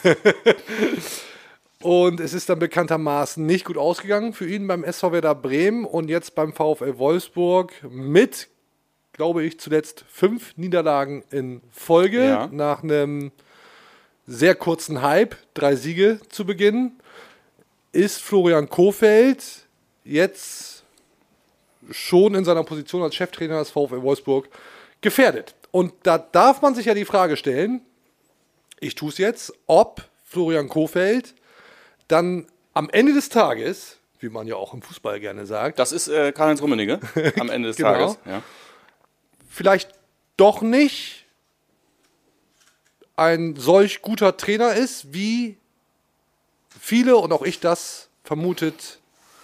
Speaker 1: Und es ist dann bekanntermaßen nicht gut ausgegangen für ihn beim SV Werder Bremen und jetzt beim VfL Wolfsburg mit, glaube ich, zuletzt 5 Niederlagen in Folge nach einem sehr kurzen Hype, 3 Siege zu Beginn. Ist Florian Kohfeldt jetzt schon in seiner Position als Cheftrainer des VfL Wolfsburg gefährdet? Und da darf man sich ja die Frage stellen, ich tue es jetzt, ob Florian Kohfeldt dann am Ende des Tages, wie man ja auch im Fußball gerne sagt.
Speaker 2: Das ist Karl-Heinz Rummenigge am Ende des Tages. Ja.
Speaker 1: Vielleicht doch nicht ein solch guter Trainer ist, wie viele und auch ich das vermutet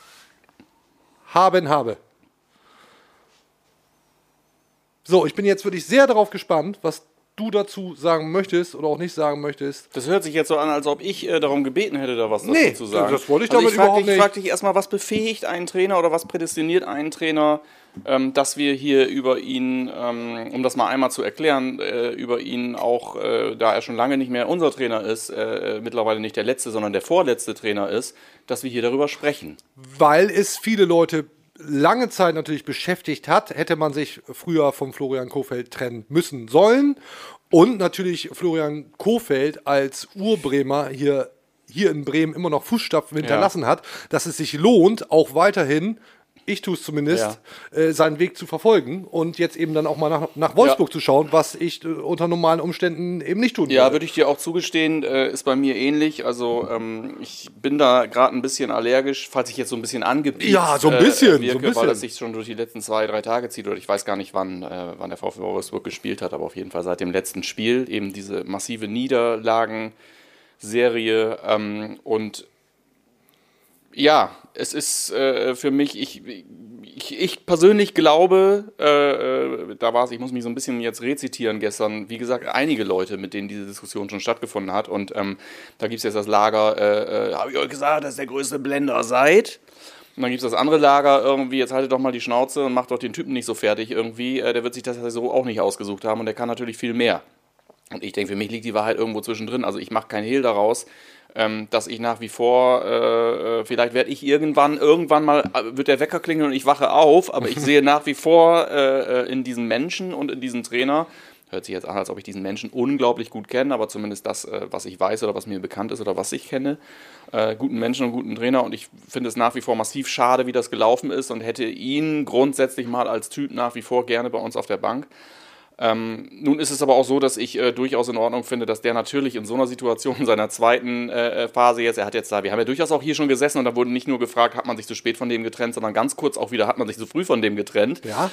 Speaker 1: habe. So, ich bin jetzt wirklich sehr darauf gespannt, was du dazu sagen möchtest oder auch nicht sagen möchtest.
Speaker 2: Das hört sich jetzt so an, als ob ich darum gebeten hätte, da was dazu zu sagen.
Speaker 1: Das wollte ich damit überhaupt nicht.
Speaker 2: Ich frage dich erstmal, was befähigt einen Trainer oder was prädestiniert einen Trainer, dass wir hier über ihn, um das mal einmal zu erklären, über ihn auch, da er schon lange nicht mehr unser Trainer ist, mittlerweile nicht der letzte, sondern der vorletzte Trainer ist, dass wir hier darüber sprechen.
Speaker 1: Weil es viele Leute lange Zeit natürlich beschäftigt hat, hätte man sich früher vom Florian Kohfeldt trennen müssen sollen. Und natürlich Florian Kohfeldt als Urbremer hier in Bremen immer noch Fußstapfen hinterlassen hat, dass es sich lohnt, auch weiterhin, ich tue es zumindest, seinen Weg zu verfolgen und jetzt eben dann auch mal nach Wolfsburg zu schauen, was ich unter normalen Umständen eben nicht tun würde.
Speaker 2: Ja, würde ich dir auch zugestehen, ist bei mir ähnlich. Also ich bin da gerade ein bisschen allergisch, falls ich jetzt so ein bisschen angepiekt
Speaker 1: wirke, so ein bisschen.
Speaker 2: Weil das sich schon durch die letzten 2-3 Tage zieht. Oder ich weiß gar nicht, wann der VfL Wolfsburg gespielt hat, aber auf jeden Fall seit dem letzten Spiel eben diese massive Niederlagenserie und ja, es ist für mich, ich persönlich glaube, ich muss mich so ein bisschen jetzt rezitieren gestern, wie gesagt, einige Leute, mit denen diese Diskussion schon stattgefunden hat und da gibt es jetzt das Lager, habe ich euch gesagt, dass ihr der größte Blender seid? Und dann gibt es das andere Lager irgendwie, jetzt haltet doch mal die Schnauze und macht doch den Typen nicht so fertig irgendwie, der wird sich das so auch nicht ausgesucht haben und der kann natürlich viel mehr. Und ich denke, für mich liegt die Wahrheit irgendwo zwischendrin, also ich mache keinen Hehl daraus, dass ich nach wie vor, vielleicht werde ich irgendwann mal, wird der Wecker klingeln und ich wache auf, aber ich sehe nach wie vor in diesen Menschen und in diesen Trainer, hört sich jetzt an, als ob ich diesen Menschen unglaublich gut kenne, aber zumindest das, was ich weiß oder was mir bekannt ist oder was ich kenne, guten Menschen und guten Trainer und ich finde es nach wie vor massiv schade, wie das gelaufen ist und hätte ihn grundsätzlich mal als Typ nach wie vor gerne bei uns auf der Bank. Nun ist es aber auch so, dass ich durchaus in Ordnung finde, dass der natürlich in so einer Situation in seiner zweiten Phase jetzt, wir haben ja durchaus auch hier schon gesessen und da wurde nicht nur gefragt, hat man sich zu spät von dem getrennt, sondern ganz kurz auch wieder, hat man sich zu früh von dem getrennt.
Speaker 1: Ja.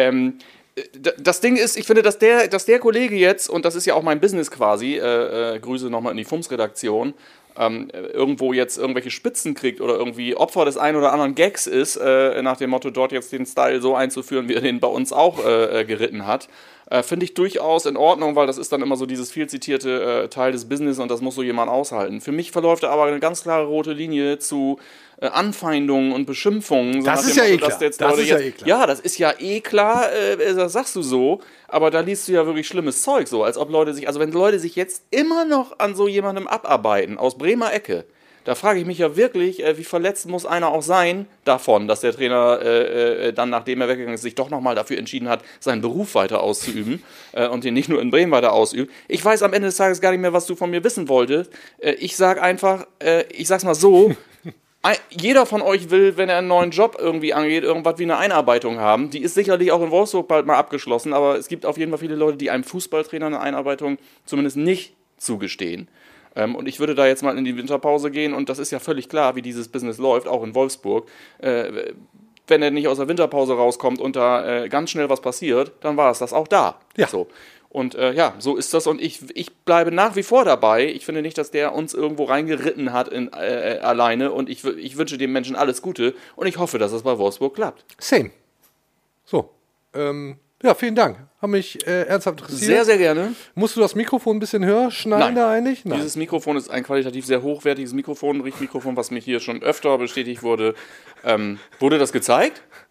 Speaker 2: Das Ding ist, ich finde, dass der Kollege jetzt, und das ist ja auch mein Business quasi, Grüße nochmal in die FUMS-Redaktion, irgendwo jetzt irgendwelche Spitzen kriegt oder irgendwie Opfer des einen oder anderen Gags ist, nach dem Motto, dort jetzt den Style so einzuführen, wie er den bei uns auch geritten hat, finde ich durchaus in Ordnung, weil das ist dann immer so dieses viel zitierte Teil des Business und das muss so jemand aushalten. Für mich verläuft da aber eine ganz klare rote Linie zu Anfeindungen und Beschimpfungen.
Speaker 1: Das ist ja eh klar.
Speaker 2: Ja, das ist ja eh klar, das sagst du so, aber da liest du ja wirklich schlimmes Zeug so, als ob Leute sich, also wenn Leute sich jetzt immer noch an so jemandem abarbeiten, aus Bremer Ecke, da frage ich mich ja wirklich, wie verletzt muss einer auch sein davon, dass der Trainer dann, nachdem er weggegangen ist, sich doch nochmal dafür entschieden hat, seinen Beruf weiter auszuüben und den nicht nur in Bremen weiter ausübt. Ich weiß am Ende des Tages gar nicht mehr, was du von mir wissen wolltest. Ich sag einfach, ich sag's mal so, jeder von euch will, wenn er einen neuen Job irgendwie angeht, irgendwas wie eine Einarbeitung haben. Die ist sicherlich auch in Wolfsburg bald mal abgeschlossen, aber es gibt auf jeden Fall viele Leute, die einem Fußballtrainer eine Einarbeitung zumindest nicht zugestehen. Und ich würde da jetzt mal in die Winterpause gehen und das ist ja völlig klar, wie dieses Business läuft, auch in Wolfsburg. Wenn er nicht aus der Winterpause rauskommt und da ganz schnell was passiert, dann war es das auch da.
Speaker 1: Ja.
Speaker 2: So. Und so ist das und ich bleibe nach wie vor dabei. Ich finde nicht, dass der uns irgendwo reingeritten hat alleine und ich wünsche dem Menschen alles Gute und ich hoffe, dass es bei Wolfsburg klappt.
Speaker 1: Same. So, ja, vielen Dank. Hat mich ernsthaft interessiert.
Speaker 2: Sehr, sehr gerne.
Speaker 1: Musst du das Mikrofon ein bisschen höher schneiden da eigentlich?
Speaker 2: Nein. Dieses Mikrofon ist ein qualitativ sehr hochwertiges Mikrofon, Richtmikrofon, was mir hier schon öfter bestätigt wurde. Wurde das gezeigt?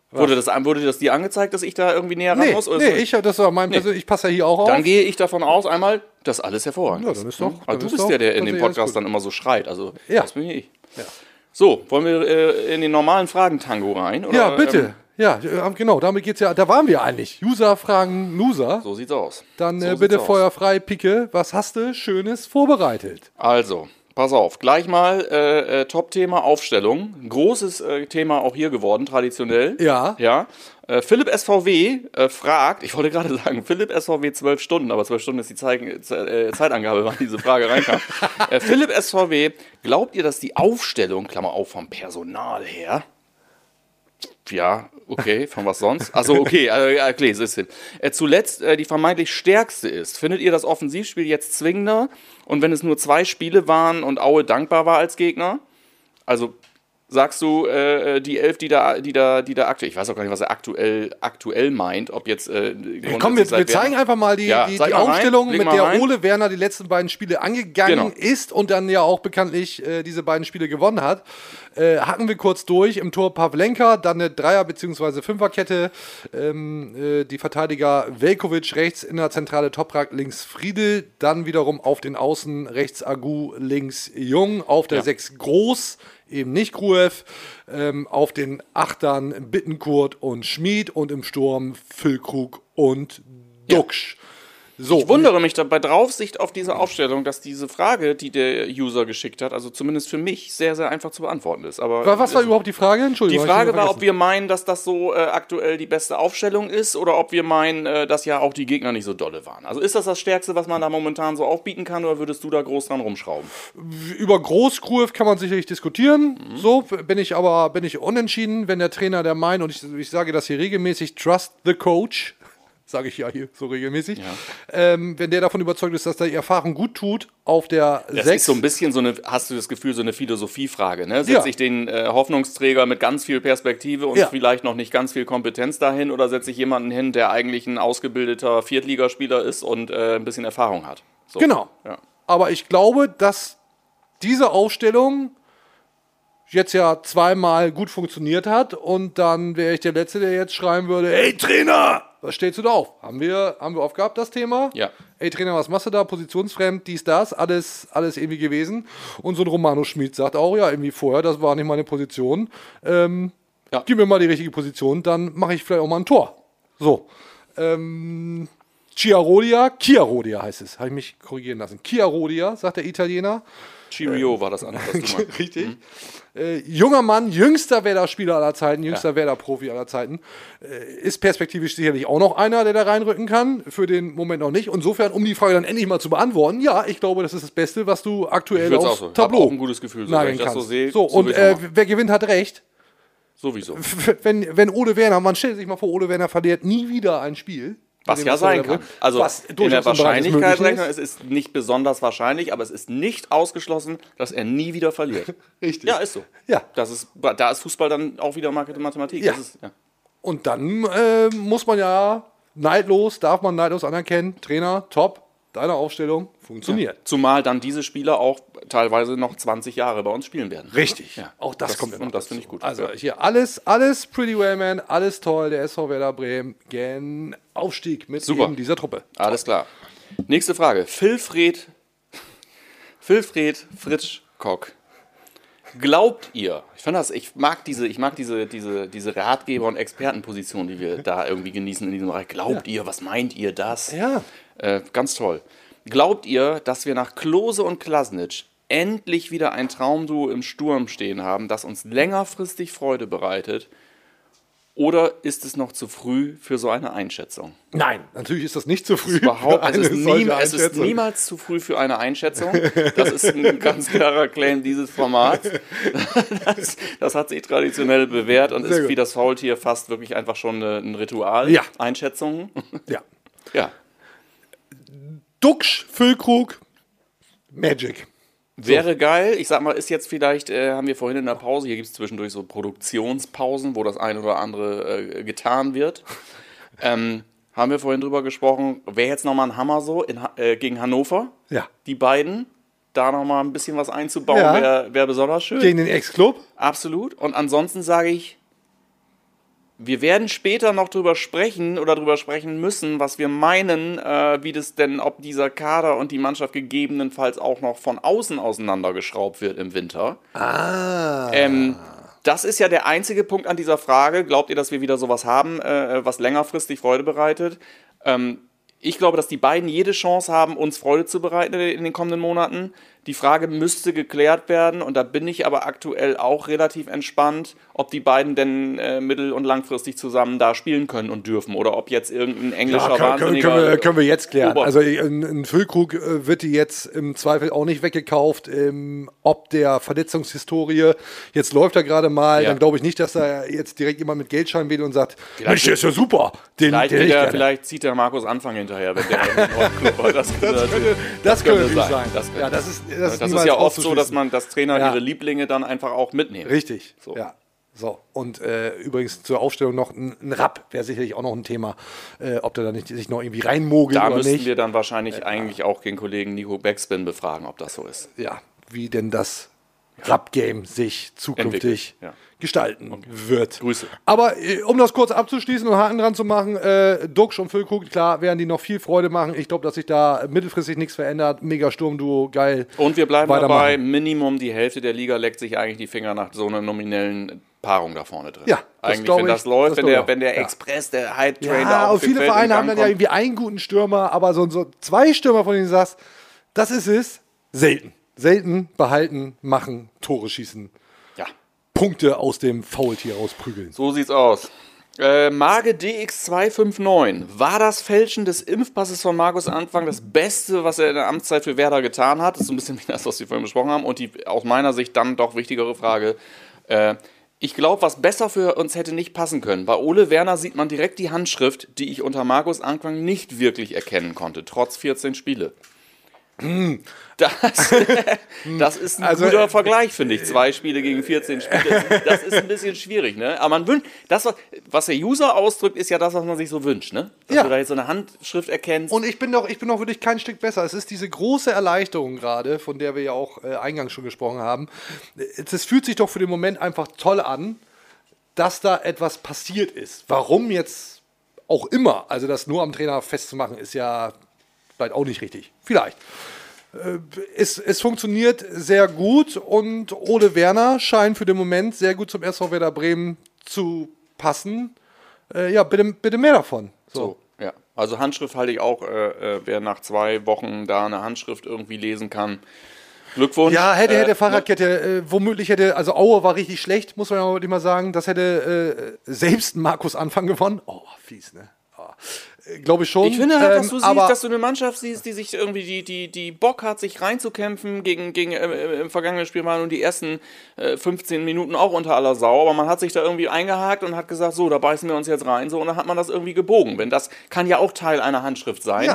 Speaker 2: Wurde das dir angezeigt, dass ich da irgendwie näher ran muss? Oder
Speaker 1: das war mein persönlich, ich passe ja hier auch auf.
Speaker 2: Dann gehe ich davon aus, einmal, dass alles hervorragend
Speaker 1: Ja,
Speaker 2: ist.
Speaker 1: dann ist doch.
Speaker 2: Also du bist der in dem Podcast dann immer so schreit. Also das bin ich.
Speaker 1: Ja.
Speaker 2: So, wollen wir in den normalen Fragen-Tango rein? Oder,
Speaker 1: Ja, bitte. Genau, damit geht's ja. Da waren wir eigentlich. User fragen Loser.
Speaker 2: So sieht's aus.
Speaker 1: Dann
Speaker 2: So
Speaker 1: bitte
Speaker 2: sieht's
Speaker 1: Feuer frei, Picke. Was hast du Schönes vorbereitet?
Speaker 2: Also, pass auf. Gleich mal Top-Thema Aufstellung. Ein großes Thema auch hier geworden, traditionell.
Speaker 1: Ja.
Speaker 2: Philipp SVW fragt, ich wollte gerade sagen, Philipp SVW 12 Stunden, aber 12 Stunden ist die Zeitangabe, wann diese Frage reinkam. Philipp SVW, glaubt ihr, dass die Aufstellung, Klammer auf, vom Personal her, ja, okay, von was sonst? Achso, okay, erklär es hin. Zuletzt die vermeintlich stärkste ist. Findet ihr das Offensivspiel jetzt zwingender? Und wenn es nur 2 Spiele waren und Aue dankbar war als Gegner? Also sagst du, die 11, die da aktuell, ich weiß auch gar nicht, was er aktuell meint, ob jetzt...
Speaker 1: Komm, wir zeigen einfach mal die Aufstellung, mit der Ole Werner die letzten beiden Spiele angegangen ist und dann ja auch bekanntlich diese beiden Spiele gewonnen hat. Hacken wir kurz durch. Im Tor Pavlenka, dann eine Dreier- bzw. Fünferkette. Die Verteidiger Veljkovic rechts, in der Zentrale Toprak, links Friedel. Dann wiederum auf den Außen rechts Agu, links Jung. Auf der 6 Groß, eben nicht Gruev. Auf den Achtern Bittenkurt und Schmid. Und im Sturm Füllkrug und Duxch. So,
Speaker 2: ich wundere mich bei Draufsicht auf diese Aufstellung, dass diese Frage, die der User geschickt hat, also zumindest für mich, sehr, sehr einfach zu beantworten ist. Aber
Speaker 1: was war überhaupt die Frage? Entschuldigung.
Speaker 2: Die Frage war, ob wir meinen, dass das so aktuell die beste Aufstellung ist oder ob wir meinen, dass ja auch die Gegner nicht so dolle waren. Also ist das Stärkste, was man da momentan so aufbieten kann, oder würdest du da groß dran rumschrauben?
Speaker 1: Über Groß-Gruev kann man sicherlich diskutieren. So bin ich unentschieden, wenn der Trainer der meint, und ich sage das hier regelmäßig, trust the coach. Sage ich ja hier so regelmäßig. Ja. Wenn der davon überzeugt ist, dass er die Erfahrung gut tut, auf der 6.
Speaker 2: Das ist so ein bisschen hast du das Gefühl, so eine Philosophiefrage. Ne? Setze ich den Hoffnungsträger mit ganz viel Perspektive und vielleicht noch nicht ganz viel Kompetenz dahin, oder setze ich jemanden hin, der eigentlich ein ausgebildeter Viertligaspieler ist und ein bisschen Erfahrung hat? So.
Speaker 1: Genau. Ja. Aber ich glaube, dass diese Aufstellung jetzt ja zweimal gut funktioniert hat, und dann wäre ich der Letzte, der jetzt schreiben würde, hey Trainer, was stellst du da auf? Haben wir aufgehabt, das Thema?
Speaker 2: Ja.
Speaker 1: Ey Trainer, was machst du da? Positionsfremd, dies, das, alles irgendwie gewesen. Und so ein Romano Schmid sagt auch, ja, irgendwie vorher, das war nicht meine Position. Gib mir mal die richtige Position, dann mache ich vielleicht auch mal ein Tor. So. Chiarodia heißt es, habe ich mich korrigieren lassen. Chiarodia, sagt der Italiener.
Speaker 2: Cheerio war das andere, was du meinst.
Speaker 1: Richtig. Junger Mann, jüngster Werder-Spieler aller Zeiten, jüngster Werder-Profi aller Zeiten. Ist perspektivisch sicherlich auch noch einer, der da reinrücken kann. Für den Moment noch nicht. Insofern, um die Frage dann endlich mal zu beantworten, ja, ich glaube, das ist das Beste, was du aktuell aufs Tableau
Speaker 2: auch ein gutes Gefühl, so, wenn ich das so sehe.
Speaker 1: So, und wer gewinnt, hat recht.
Speaker 2: Sowieso.
Speaker 1: Wenn Ole Werner, man stellt sich mal vor, Ole Werner verliert nie wieder ein Spiel.
Speaker 2: Was ja sein kann. Also in der Wahrscheinlichkeitsrechnung, es ist nicht besonders wahrscheinlich, aber es ist nicht ausgeschlossen, dass er nie wieder verliert.
Speaker 1: Richtig.
Speaker 2: Ja, ist so.
Speaker 1: Ja.
Speaker 2: Da ist Fußball dann auch wieder Mathematik.
Speaker 1: Ja. Und dann darf man neidlos anerkennen, Trainer, top, deine Aufstellung funktioniert.
Speaker 2: Ja. Zumal dann diese Spieler auch teilweise noch 20 Jahre bei uns spielen werden.
Speaker 1: Richtig.
Speaker 2: Ja.
Speaker 1: Auch das kommt immer.
Speaker 2: Und das finde ich gut.
Speaker 1: Also hier alles pretty well, man, alles toll. Der SV Werder Bremen, gen Aufstieg mit eben dieser Truppe.
Speaker 2: Alles klar. Nächste Frage. Wilfried Fritschkock. Glaubt ihr, ich mag diese Ratgeber- und Expertenposition, die wir da irgendwie genießen in diesem Bereich. Glaubt ihr, was meint ihr das?
Speaker 1: Ja.
Speaker 2: Ganz toll. Glaubt ihr, dass wir nach Klose und Klasnic endlich wieder ein Traumduo im Sturm stehen haben, das uns längerfristig Freude bereitet? Oder ist es noch zu früh für so eine Einschätzung?
Speaker 1: Nein, natürlich ist das nicht zu früh.
Speaker 2: Es ist niemals zu früh für eine Einschätzung. Das ist ein ganz klarer Claim dieses Formats. Das hat sich traditionell bewährt und ist wie das Faultier fast wirklich einfach schon ein Ritual.
Speaker 1: Ja.
Speaker 2: Einschätzungen.
Speaker 1: Ja. Duxch, Füllkrug, Magic.
Speaker 2: Wäre geil. Ich sag mal, ist jetzt vielleicht, haben wir vorhin in der Pause, hier gibt es zwischendurch so Produktionspausen, wo das eine oder andere getan wird. Haben wir vorhin drüber gesprochen, wäre jetzt nochmal ein Hammer so gegen Hannover.
Speaker 1: Ja.
Speaker 2: Die beiden, da nochmal ein bisschen was einzubauen, wär besonders schön.
Speaker 1: Gegen den Ex-Club.
Speaker 2: Absolut. Und ansonsten sage ich, Wir werden später noch drüber sprechen müssen, was wir meinen, wie das denn, ob dieser Kader und die Mannschaft gegebenenfalls auch noch von außen auseinandergeschraubt wird im Winter. Das ist ja der einzige Punkt an dieser Frage. Glaubt ihr, dass wir wieder sowas haben, was längerfristig Freude bereitet? Ich glaube, dass die beiden jede Chance haben, uns Freude zu bereiten in den kommenden Monaten. Die Frage müsste geklärt werden und da bin ich aber aktuell auch relativ entspannt, ob die beiden denn mittel- und langfristig zusammen da spielen können und dürfen oder ob jetzt irgendein englischer Wahnsinniger...
Speaker 1: Können wir jetzt klären. Also ein Füllkrug wird die jetzt im Zweifel auch nicht weggekauft. Ob der Verletzungshistorie, jetzt läuft er gerade mal, dann glaube ich nicht, dass da jetzt direkt jemand mit Geldschein wählt und sagt, Mensch, der ist ja super.
Speaker 2: Vielleicht zieht der Markus Anfang hinterher, wenn der in den Club war.
Speaker 1: Das könnte sein.
Speaker 2: Das ist ja oft so, dass Trainer ihre Lieblinge dann einfach auch mitnehmen.
Speaker 1: Richtig, so. Ja. So, und übrigens zur Aufstellung noch ein Rapp wäre sicherlich auch noch ein Thema, ob der da nicht sich noch irgendwie reinmogelt oder nicht.
Speaker 2: Da müssten wir dann wahrscheinlich eigentlich auch den Kollegen Nico Backspin befragen, ob das so ist.
Speaker 1: Ja, wie denn das Rapp-Game sich zukünftig gestalten wird.
Speaker 2: Grüße.
Speaker 1: Aber um das kurz abzuschließen und Haken dran zu machen, Duxch und Füllkrug, klar, werden die noch viel Freude machen. Ich glaube, dass sich da mittelfristig nichts verändert. Mega Sturmduo, geil.
Speaker 2: Und wir bleiben dabei, Minimum die Hälfte der Liga leckt sich eigentlich die Finger nach so einer nominellen Paarung da vorne drin.
Speaker 1: Ja,
Speaker 2: eigentlich, wenn das läuft, wenn der Express, der Hype Train da
Speaker 1: auf viele Vereine haben dann ja irgendwie einen guten Stürmer, aber so 2 Stürmer, von denen du sagst, das ist es, selten. Selten behalten, machen, Tore schießen.
Speaker 2: Ja.
Speaker 1: Punkte aus dem Faultier rausprügeln.
Speaker 2: So sieht's aus. Mage DX259. War das Fälschen des Impfpasses von Markus Anfang das Beste, was er in der Amtszeit für Werder getan hat? Das ist so ein bisschen wie das, was wir vorhin besprochen haben. Und die aus meiner Sicht dann doch wichtigere Frage. Ich glaube, was besser für uns hätte nicht passen können. Bei Ole Werner sieht man direkt die Handschrift, die ich unter Markus Anfang nicht wirklich erkennen konnte, trotz 14 Spiele. Das ist ein guter Vergleich, finde ich. 2 Spiele gegen 14 Spiele. Das ist ein bisschen schwierig, ne? Aber man wünscht, das, was der User ausdrückt, ist ja das, was man sich so wünscht, ne? Dass du da jetzt so eine Handschrift erkennst.
Speaker 1: Und ich bin doch wirklich kein Stück besser. Es ist diese große Erleichterung gerade, von der wir ja auch eingangs schon gesprochen haben. Es fühlt sich doch für den Moment einfach toll an, dass da etwas passiert ist. Warum jetzt auch immer, also das nur am Trainer festzumachen, ist ja vielleicht auch nicht richtig. Vielleicht. Es funktioniert sehr gut und Ole Werner scheint für den Moment sehr gut zum SV Werder Bremen zu passen. Bitte mehr davon.
Speaker 2: So, ja. Also Handschrift halte ich auch, wer nach 2 Wochen da eine Handschrift irgendwie lesen kann. Glückwunsch.
Speaker 1: Ja, hätte Fahrradkette, womöglich hätte, also Aue war richtig schlecht, muss man ja wirklich mal sagen. Das hätte selbst Markus Anfang gewonnen. Oh, fies, ne? Glaube ich schon.
Speaker 2: Ich finde halt, dass du siehst, dass du eine Mannschaft siehst, die sich irgendwie, die Bock hat, sich reinzukämpfen. Gegen im vergangenen Spiel waren nun die ersten 15 Minuten auch unter aller Sau, aber man hat sich da irgendwie eingehakt und hat gesagt, so, da beißen wir uns jetzt rein, so, und dann hat man das irgendwie gebogen. Denn das kann ja auch Teil einer Handschrift sein,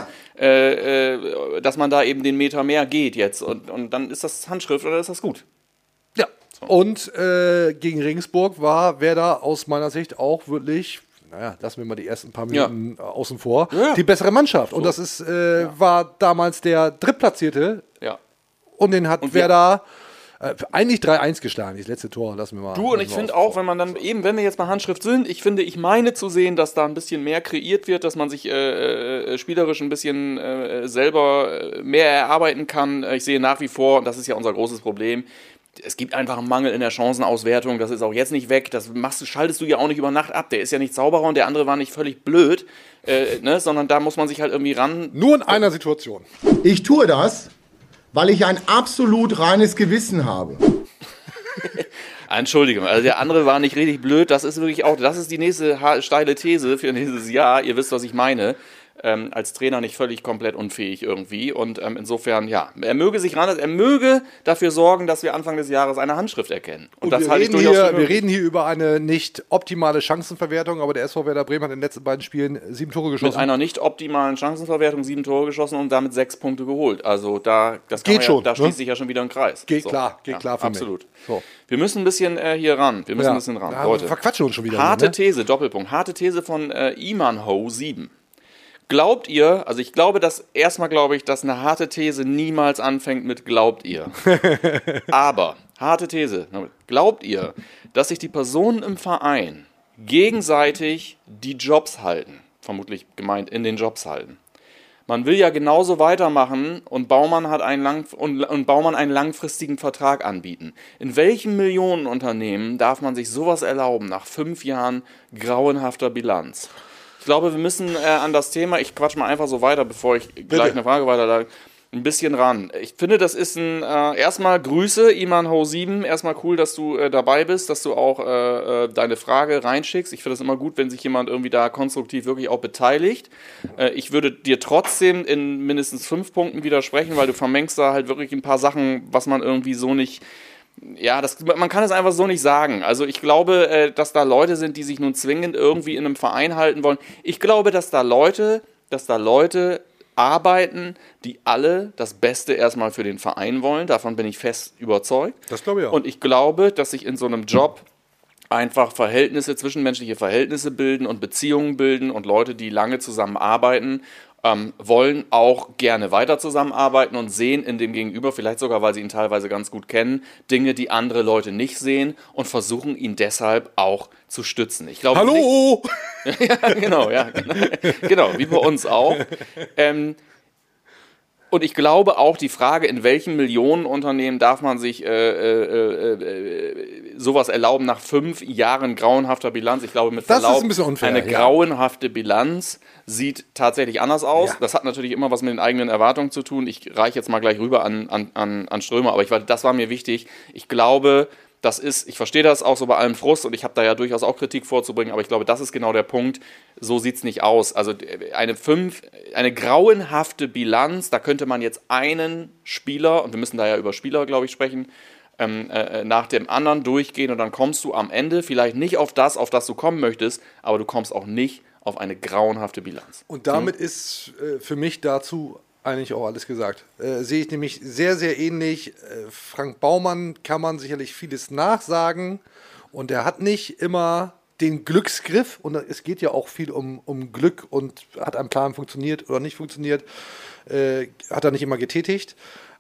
Speaker 2: dass man da eben den Meter mehr geht jetzt und dann ist das Handschrift oder ist das gut?
Speaker 1: Ja, so. Und gegen Regensburg war Werder aus meiner Sicht auch wirklich, lassen wir mal die ersten paar Minuten außen vor, die bessere Mannschaft. So. Und das ist, war damals der Drittplatzierte.
Speaker 2: Ja.
Speaker 1: Und den hat Werder eigentlich 3-1 geschlagen. Das letzte Tor lassen wir mal.
Speaker 2: Und ich finde auch, wenn man dann eben, wenn wir jetzt bei Handschrift sind, ich meine zu sehen, dass da ein bisschen mehr kreiert wird, dass man sich spielerisch ein bisschen selber mehr erarbeiten kann. Ich sehe nach wie vor, und das ist ja unser großes Problem, es gibt einfach einen Mangel in der Chancenauswertung, das ist auch jetzt nicht weg, schaltest du ja auch nicht über Nacht ab, der ist ja nicht Zauberer und der andere war nicht völlig blöd, sondern da muss man sich halt irgendwie ran...
Speaker 1: Nur in einer Situation.
Speaker 7: Ich tue das, weil ich ein absolut reines Gewissen habe.
Speaker 2: Entschuldigung, also der andere war nicht richtig blöd, das ist wirklich auch, das ist die nächste steile These für dieses Jahr, ihr wisst, was ich meine. Als Trainer nicht völlig komplett unfähig irgendwie und insofern, er möge dafür sorgen, dass wir Anfang des Jahres eine Handschrift erkennen. Und das halte ich durchaus für möglich.
Speaker 1: Wir reden hier über eine nicht optimale Chancenverwertung, aber der SV Werder Bremen hat in den letzten beiden Spielen 7 Tore geschossen.
Speaker 2: Mit einer nicht optimalen Chancenverwertung 7 Tore geschossen und damit 6 Punkte geholt. Also da schließt sich ja schon wieder ein Geht klar für
Speaker 1: absolut.
Speaker 2: Mich. So. Wir müssen ein bisschen hier ran.
Speaker 1: Leute. Verquatschen uns schon wieder.
Speaker 2: Harte These, Doppelpunkt. Harte These von Imanho 7. Glaubt ihr, also erstmal glaube ich, dass eine harte These niemals anfängt mit glaubt ihr. Aber, harte These, glaubt ihr, dass sich die Personen im Verein gegenseitig die Jobs halten. Vermutlich gemeint in den Jobs halten. Man will ja genauso weitermachen und Baumann einen langfristigen Vertrag anbieten. In welchem Millionenunternehmen darf man sich sowas erlauben nach 5 Jahren grauenhafter Bilanz? Ich glaube, wir müssen an das Thema, ich quatsch mal einfach so weiter, bevor ich gleich eine Frage weiterleite, ein bisschen ran. Ich finde, das ist erstmal Grüße, Iman Ho 7, erstmal cool, dass du dabei bist, dass du auch deine Frage reinschickst. Ich finde es immer gut, wenn sich jemand irgendwie da konstruktiv wirklich auch beteiligt. Ich würde dir trotzdem in mindestens 5 Punkten widersprechen, weil du vermengst da halt wirklich ein paar Sachen, was man irgendwie so nicht... Ja, man kann es einfach so nicht sagen. Also ich glaube, dass da Leute sind, die sich nun zwingend irgendwie in einem Verein halten wollen. Ich glaube, dass da Leute arbeiten, die alle das Beste erstmal für den Verein wollen. Davon bin ich fest überzeugt.
Speaker 1: Das glaube ich auch.
Speaker 2: Und ich glaube, dass sich in so einem Job einfach zwischenmenschliche Verhältnisse bilden und Beziehungen bilden und Leute, die lange zusammenarbeiten, wollen auch gerne weiter zusammenarbeiten und sehen in dem Gegenüber, vielleicht sogar, weil sie ihn teilweise ganz gut kennen, Dinge, die andere Leute nicht sehen und versuchen, ihn deshalb auch zu stützen. Ich glaube,
Speaker 1: Hallo!
Speaker 2: Genau, wie bei uns auch. Und ich glaube auch, die Frage, in welchem Millionenunternehmen darf man sich sowas erlauben nach 5 Jahren grauenhafter Bilanz? Ich glaube, mit Verlaub,
Speaker 1: ein bisschen unfair,
Speaker 2: eine grauenhafte Bilanz sieht tatsächlich anders aus. Ja. Das hat natürlich immer was mit den eigenen Erwartungen zu tun. Ich reiche jetzt mal gleich rüber an Strömer, aber das war mir wichtig. Ich glaube, ich verstehe das auch so bei allem Frust und ich habe da ja durchaus auch Kritik vorzubringen, aber ich glaube, das ist genau der Punkt. So sieht es nicht aus. Also eine grauenhafte Bilanz, da könnte man jetzt einen Spieler, und wir müssen da ja über Spieler, glaube ich, sprechen, nach dem anderen durchgehen und dann kommst du am Ende vielleicht nicht auf das du kommen möchtest, aber du kommst auch nicht auf eine grauenhafte Bilanz.
Speaker 1: Und damit ist für mich dazu eigentlich auch alles gesagt. Sehe ich nämlich sehr, sehr ähnlich. Frank Baumann kann man sicherlich vieles nachsagen und er hat nicht immer den Glücksgriff und es geht ja auch viel um Glück und hat ein Plan funktioniert oder nicht funktioniert, hat er nicht immer getätigt.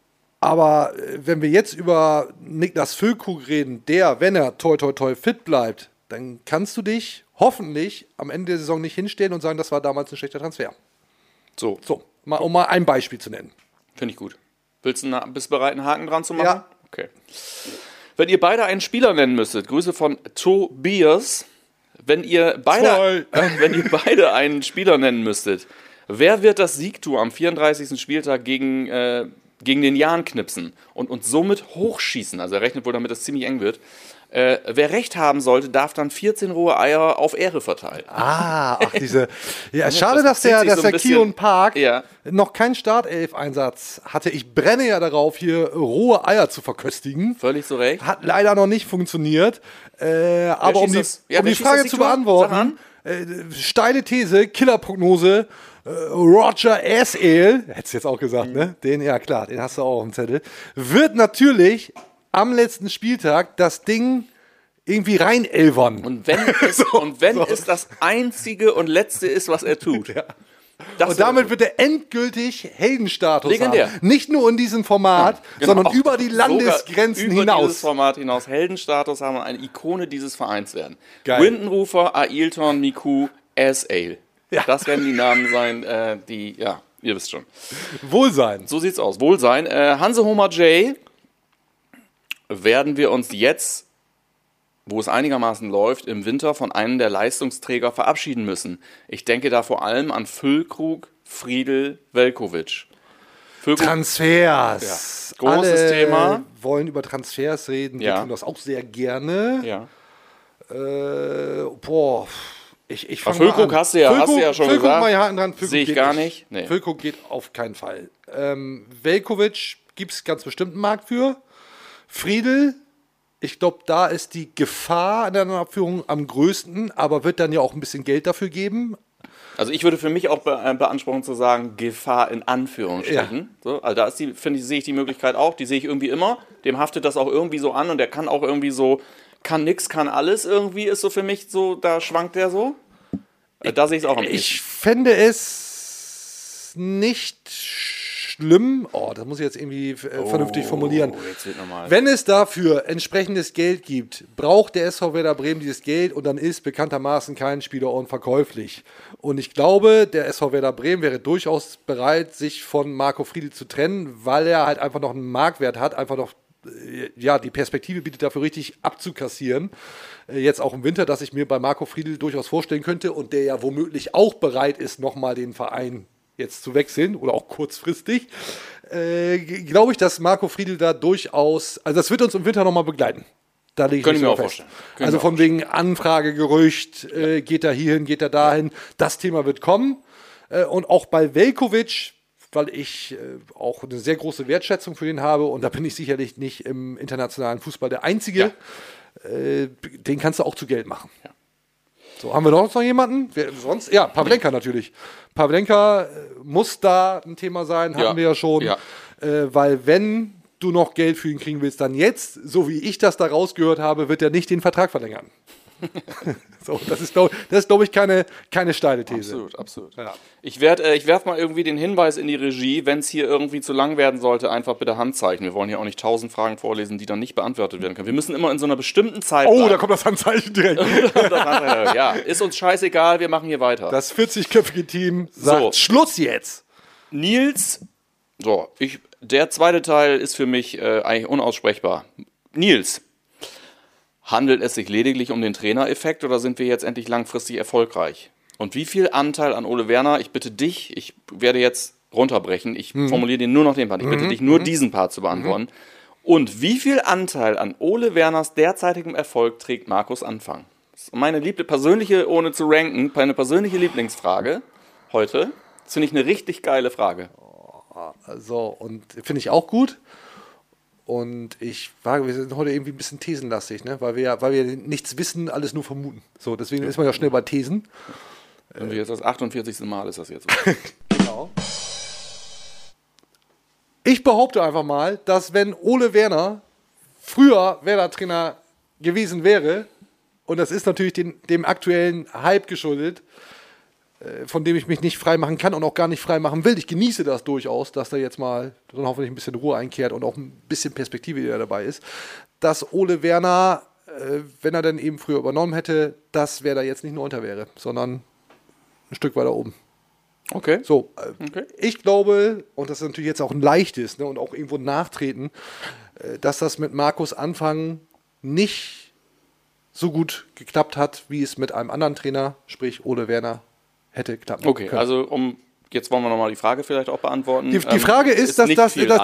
Speaker 1: Aber wenn wir jetzt über Niklas Füllkrug reden, der, wenn er toi toi toi fit bleibt, dann kannst du dich hoffentlich am Ende der Saison nicht hinstellen und sagen, das war damals ein schlechter Transfer. So. Um mal ein Beispiel zu nennen.
Speaker 2: Finde ich gut. Bist du bereit, einen Haken dran zu machen?
Speaker 1: Ja.
Speaker 2: Okay. Wenn ihr beide einen Spieler nennen müsstet, Grüße von Tobias, wenn ihr beide einen Spieler nennen müsstet, wer wird das Siegtor am 34. Spieltag gegen den Jahn knipsen und somit hochschießen? Also er rechnet wohl damit, dass es ziemlich eng wird. Wer recht haben sollte, darf dann 14 rohe Eier auf Ehre verteilen.
Speaker 1: Diese. Ja, schade, dass der Kion Park
Speaker 2: ja
Speaker 1: noch keinen Startelf-Einsatz hatte. Ich brenne ja darauf, hier rohe Eier zu verköstigen.
Speaker 2: Völlig zu Recht.
Speaker 1: Hat leider noch nicht funktioniert. Aber um die Frage zu beantworten, steile These, Killerprognose, Roger Asale, hättest du jetzt auch gesagt, ne? Den hast du auch auf dem Zettel, wird natürlich am letzten Spieltag das Ding irgendwie reinelvern.
Speaker 2: Und wenn es das einzige und letzte ist, was er tut.
Speaker 1: Ja. Und damit wird er endgültig Heldenstatus
Speaker 2: legendär
Speaker 1: haben. Nicht nur in diesem Format, sondern über die Landesgrenzen hinaus.
Speaker 2: Über dieses Format hinaus Heldenstatus haben und eine Ikone dieses Vereins werden.
Speaker 1: Geil.
Speaker 2: Windenrufer, Ailton, Miku, Asale.
Speaker 1: Ja.
Speaker 2: Das werden die Namen sein, ihr wisst schon.
Speaker 1: Wohlsein.
Speaker 2: So sieht's aus. Wohlsein. Hanse Homer J. werden wir uns jetzt, wo es einigermaßen läuft, im Winter von einem der Leistungsträger verabschieden müssen. Ich denke da vor allem an Füllkrug, Friedel, Veljković.
Speaker 1: Transfers.
Speaker 2: Ja. Großes Thema.
Speaker 1: Wollen über Transfers reden. Wir tun das auch sehr gerne.
Speaker 2: Ja.
Speaker 1: Ich fange
Speaker 2: Füllkrug hast du ja schon
Speaker 1: Füllkrug
Speaker 2: gesagt.
Speaker 1: Mal hier Haken dran.
Speaker 2: Sehe ich gar nicht. Nee.
Speaker 1: Füllkrug geht auf keinen Fall. Veljković gibt es ganz bestimmt einen Markt für. Friedel, ich glaube, da ist die Gefahr in der Abführung am größten, aber wird dann ja auch ein bisschen Geld dafür geben.
Speaker 2: Also ich würde für mich auch beanspruchen zu sagen, Gefahr in Anführungsstrichen. Ja. So, also da sehe ich die Möglichkeit auch, die sehe ich irgendwie immer. Dem haftet das auch irgendwie so an und der kann auch irgendwie so, kann nix, kann alles irgendwie, ist so für mich so, da schwankt der so. Da sehe ich es auch am ehesten.
Speaker 1: Ich fände es nicht schlimm, das muss ich jetzt irgendwie vernünftig formulieren.
Speaker 2: Jetzt wird nochmal.
Speaker 1: Wenn es dafür entsprechendes Geld gibt, braucht der SV Werder Bremen dieses Geld und dann ist bekanntermaßen kein Spieler unverkäuflich. Und ich glaube, der SV Werder Bremen wäre durchaus bereit, sich von Marco Friedl zu trennen, weil er halt einfach noch einen Marktwert hat, einfach noch die Perspektive bietet dafür richtig abzukassieren. Jetzt auch im Winter, dass ich mir bei Marco Friedl durchaus vorstellen könnte und der ja womöglich auch bereit ist, nochmal den Verein jetzt zu wechseln oder auch kurzfristig, glaube ich, dass Marco Friedl da durchaus, also das wird uns im Winter nochmal begleiten. Da lege ich
Speaker 2: Können
Speaker 1: mich
Speaker 2: wir auch
Speaker 1: fest.
Speaker 2: vorstellen.
Speaker 1: Also von wegen Anfragegerücht, geht er hierhin, geht er dahin, das Thema wird kommen. Und auch bei Veljković, weil ich auch eine sehr große Wertschätzung für ihn habe und da bin ich sicherlich nicht im internationalen Fußball der Einzige, den kannst du auch zu Geld machen. Ja. So, haben wir noch jemanden? Wer sonst? Ja, Pavlenka natürlich. Pavlenka muss da ein Thema sein, hatten wir ja schon. Ja. Weil wenn du noch Geld für ihn kriegen willst, dann jetzt, so wie ich das da rausgehört habe, wird er nicht den Vertrag verlängern. So, das ist, glaube ich, keine steile These.
Speaker 2: Absolut. Ja. Ich werf mal irgendwie den Hinweis in die Regie, wenn es hier irgendwie zu lang werden sollte, einfach bitte Handzeichen. Wir wollen hier auch nicht 1000 Fragen vorlesen, die dann nicht beantwortet werden können. Wir müssen immer in so einer bestimmten Zeit bleiben.
Speaker 1: Da kommt das Handzeichen direkt.
Speaker 2: Ja, ist uns scheißegal, wir machen hier weiter.
Speaker 1: Das 40-köpfige Team sagt Schluss jetzt.
Speaker 2: Nils, der zweite Teil ist für mich eigentlich unaussprechbar. Nils, handelt es sich lediglich um den Trainereffekt oder sind wir jetzt endlich langfristig erfolgreich? Und wie viel Anteil an Ole Werner, ich bitte dich, ich werde jetzt runterbrechen, ich formuliere dir nur noch den Part, ich bitte dich nur diesen Part zu beantworten. Und wie viel Anteil an Ole Werners derzeitigem Erfolg trägt Markus Anfang? Das ist meine persönliche, ohne zu ranken, meine persönliche Lieblingsfrage heute. Das finde ich eine richtig geile Frage.
Speaker 1: So, und finde ich auch gut. Und wir sind heute irgendwie ein bisschen thesenlastig, ne? weil wir nichts wissen, alles nur vermuten. So, deswegen ist man ja schnell bei Thesen.
Speaker 2: Und jetzt das 48. Mal ist das jetzt.
Speaker 1: Genau. Ich behaupte einfach mal, dass wenn Ole Werner früher Werder-Trainer gewesen wäre, und das ist natürlich dem aktuellen Hype geschuldet, von dem ich mich nicht freimachen kann und auch gar nicht freimachen will. Ich genieße das durchaus, dass da jetzt mal dann hoffentlich ein bisschen Ruhe einkehrt und auch ein bisschen Perspektive, die da dabei ist, dass Ole Werner, wenn er dann eben früher übernommen hätte, dass Werder jetzt nicht nur unter wäre, sondern ein Stück weiter oben.
Speaker 2: Okay.
Speaker 1: So, ich glaube, und das ist natürlich jetzt auch ein leichtes, ne, und auch irgendwo ein Nachtreten, dass das mit Markus Anfang nicht so gut geklappt hat, wie es mit einem anderen Trainer, sprich Ole Werner, hätte klappen können.
Speaker 2: Okay, also jetzt wollen wir nochmal die Frage vielleicht auch beantworten.
Speaker 1: Die Frage ist, dass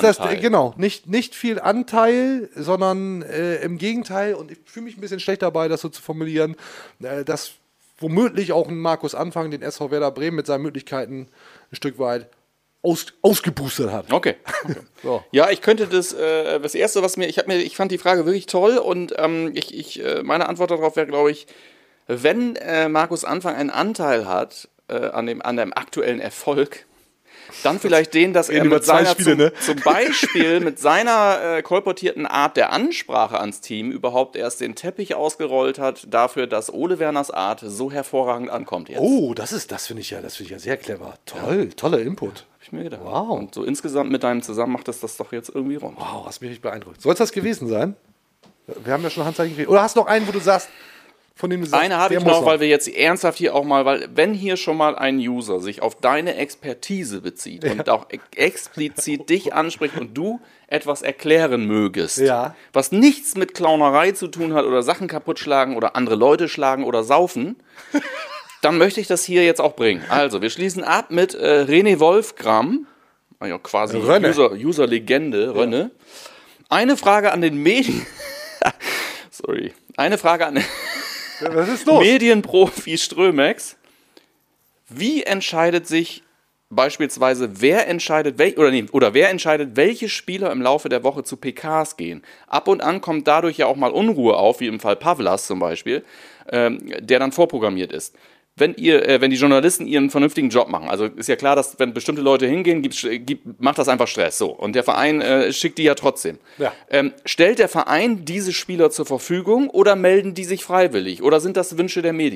Speaker 1: nicht viel Anteil, sondern im Gegenteil, und ich fühle mich ein bisschen schlecht dabei, das so zu formulieren, dass womöglich auch ein Markus Anfang den SV Werder Bremen mit seinen Möglichkeiten ein Stück weit ausgeboostet hat.
Speaker 2: Okay. So. Ja, ich könnte das Erste, ich fand die Frage wirklich toll und meine Antwort darauf wäre, glaube ich, wenn Markus Anfang einen Anteil hat an dem aktuellen Erfolg, dann vielleicht dass er mit seiner zum Beispiel mit seiner kolportierten Art der Ansprache ans Team überhaupt erst den Teppich ausgerollt hat dafür, dass Ole Werners Art so hervorragend ankommt jetzt.
Speaker 1: Oh, das finde ich ja sehr clever. Toller Input.
Speaker 2: Hab ich mir gedacht.
Speaker 1: Wow.
Speaker 2: Und so insgesamt mit deinem zusammen macht das doch jetzt irgendwie rund.
Speaker 1: Wow, hast mich beeindruckt. Soll es das gewesen sein? Wir haben ja schon Handzeichen gekriegt. Oder hast du noch einen, wo du sagst, von dem du sagst,
Speaker 2: eine habe ich noch, weil wir jetzt ernsthaft hier auch mal, weil wenn hier schon mal ein User sich auf deine Expertise bezieht und auch explizit dich anspricht und du etwas erklären mögest, was nichts mit Clownerei zu tun hat oder Sachen kaputt schlagen oder andere Leute schlagen oder saufen, dann möchte ich das hier jetzt auch bringen. Also, wir schließen ab mit René Wolfgram, also quasi User-Legende, Rönne. Eine Frage an den Medien... Sorry. Eine Frage an den...
Speaker 1: Was ist los?
Speaker 2: Medienprofi Strömex. Wie entscheidet sich beispielsweise, wer entscheidet, welche Spieler im Laufe der Woche zu PKs gehen? Ab und an kommt dadurch ja auch mal Unruhe auf, wie im Fall Pavlas zum Beispiel, der dann vorprogrammiert ist. Wenn die Journalisten ihren vernünftigen Job machen, also ist ja klar, dass wenn bestimmte Leute hingehen, macht das einfach Stress. So. Und der Verein schickt die ja trotzdem. Ja. Stellt der Verein diese Spieler zur Verfügung oder melden die sich freiwillig? Oder sind das Wünsche der Medien?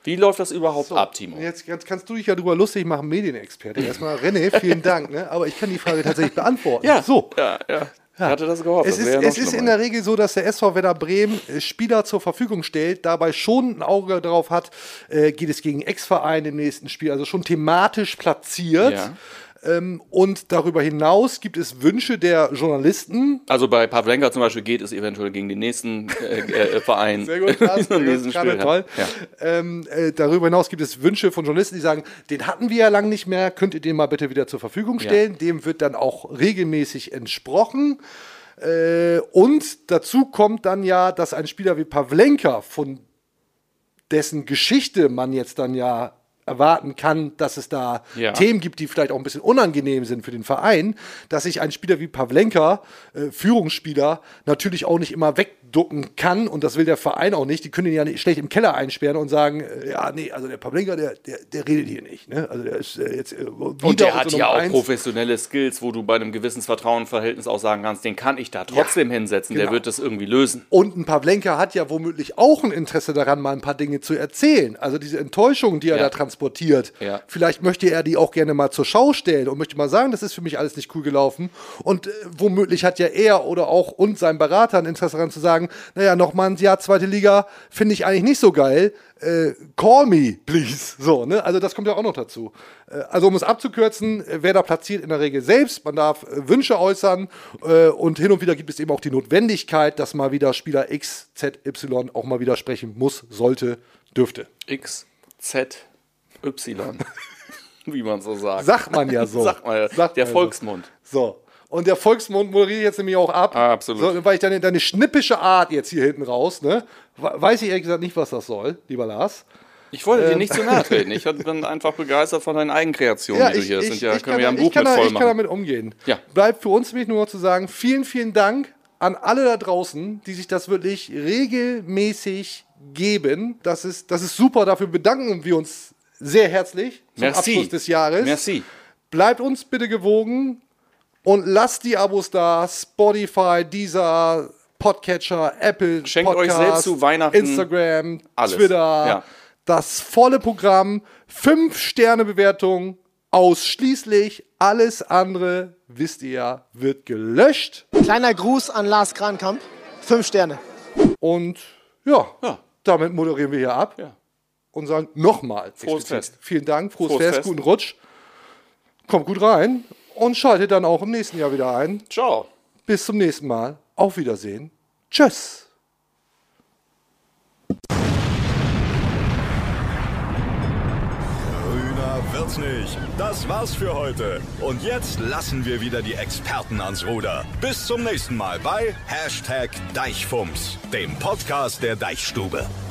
Speaker 2: Wie läuft das überhaupt ab, Timo?
Speaker 1: Jetzt kannst du dich ja drüber lustig machen, Medienexperte. Erstmal, René, vielen Dank, ne? Aber ich kann die Frage tatsächlich beantworten.
Speaker 2: Ja,
Speaker 1: so.
Speaker 2: Ja. Ich hatte das gehofft.
Speaker 1: Es ist in der Regel so, dass der SV Werder Bremen Spieler zur Verfügung stellt, dabei schon ein Auge darauf hat, geht es gegen Ex-Verein im nächsten Spiel, also schon thematisch platziert.
Speaker 2: Ja.
Speaker 1: Und darüber hinaus gibt es Wünsche der Journalisten.
Speaker 2: Also bei Pavlenka zum Beispiel geht es eventuell gegen den nächsten Verein.
Speaker 1: Sehr gut, Lars,
Speaker 2: nächsten
Speaker 1: gerade toll.
Speaker 2: Ja.
Speaker 1: Darüber hinaus gibt es Wünsche von Journalisten, die sagen, den hatten wir ja lange nicht mehr, könnt ihr den mal bitte wieder zur Verfügung stellen. Ja. Dem wird dann auch regelmäßig entsprochen. Und dazu kommt dann ja, dass ein Spieler wie Pavlenka, von dessen Geschichte man jetzt dann ja erwarten kann, dass es da Themen gibt, die vielleicht auch ein bisschen unangenehm sind für den Verein, dass sich ein Spieler wie Pavlenka, Führungsspieler, natürlich auch nicht immer wegducken kann, und das will der Verein auch nicht. Die können ihn ja nicht schlecht im Keller einsperren und sagen, also der Pavlenka, der redet hier nicht. Ne? Also der ist jetzt
Speaker 2: und der hat ja auch professionelle Skills, wo du bei einem Gewissensvertrauensverhältnis auch sagen kannst, den kann ich da trotzdem hinsetzen, der wird das irgendwie lösen.
Speaker 1: Und ein Pavlenka hat ja womöglich auch ein Interesse daran, mal ein paar Dinge zu erzählen. Also diese Enttäuschung, die er da transportiert. Ja. Vielleicht möchte er die auch gerne mal zur Schau stellen und möchte mal sagen, das ist für mich alles nicht cool gelaufen. Und womöglich hat ja er oder auch und sein Berater ein Interesse daran zu sagen, naja, nochmal ein Jahr zweite Liga finde ich eigentlich nicht so geil. Call me, please. So, ne? Also das kommt ja auch noch dazu. Also um es abzukürzen, Werder platziert in der Regel selbst, man darf Wünsche äußern und hin und wieder gibt es eben auch die Notwendigkeit, dass mal wieder Spieler X, Z, Y auch mal wieder sprechen muss, sollte, dürfte.
Speaker 2: X, Z, Y, wie man so sagt.
Speaker 1: Sagt man ja so.
Speaker 2: Sagt man ja. Der Volksmund.
Speaker 1: So. Und der Volksmund moderiert jetzt nämlich auch ab.
Speaker 2: Absolut.
Speaker 1: So, weil ich deine schnippische Art jetzt hier hinten raus, ne? Weiß ich ehrlich gesagt nicht, was das soll, lieber Lars.
Speaker 2: Ich wollte dir nicht zu nahe treten. Ich bin einfach begeistert von deinen Eigenkreationen, die du hier sind. Ja, können wir ja ein Buch mit voll machen.
Speaker 1: Ich kann damit umgehen.
Speaker 2: Ja.
Speaker 1: Bleibt für uns nämlich nur zu sagen, vielen, vielen Dank an alle da draußen, die sich das wirklich regelmäßig geben. Das ist super, dafür bedanken wir uns sehr herzlich zum Abschluss des Jahres.
Speaker 2: Merci.
Speaker 1: Bleibt uns bitte gewogen und lasst die Abos da. Spotify, Deezer, Podcatcher, Apple,
Speaker 2: Schenkt
Speaker 1: Podcast,
Speaker 2: euch selbst zu Weihnachten
Speaker 1: Instagram,
Speaker 2: alles.
Speaker 1: Twitter. Das volle Programm, 5-Sterne-Bewertung, ausschließlich. Alles andere, wisst ihr ja, wird gelöscht.
Speaker 8: Kleiner Gruß an Lars Krankamp, 5 Sterne.
Speaker 1: Und damit moderieren wir hier ab. Ja. Und sagen nochmal
Speaker 2: frohes Fest.
Speaker 1: Vielen Dank, frohes Fest, guten Rutsch. Kommt gut rein und schaltet dann auch im nächsten Jahr wieder ein.
Speaker 2: Ciao.
Speaker 1: Bis zum nächsten Mal. Auf Wiedersehen. Tschüss.
Speaker 3: Grüner wird's nicht. Das war's für heute. Und jetzt lassen wir wieder die Experten ans Ruder. Bis zum nächsten Mal bei #Deichfumms, dem Podcast der Deichstube.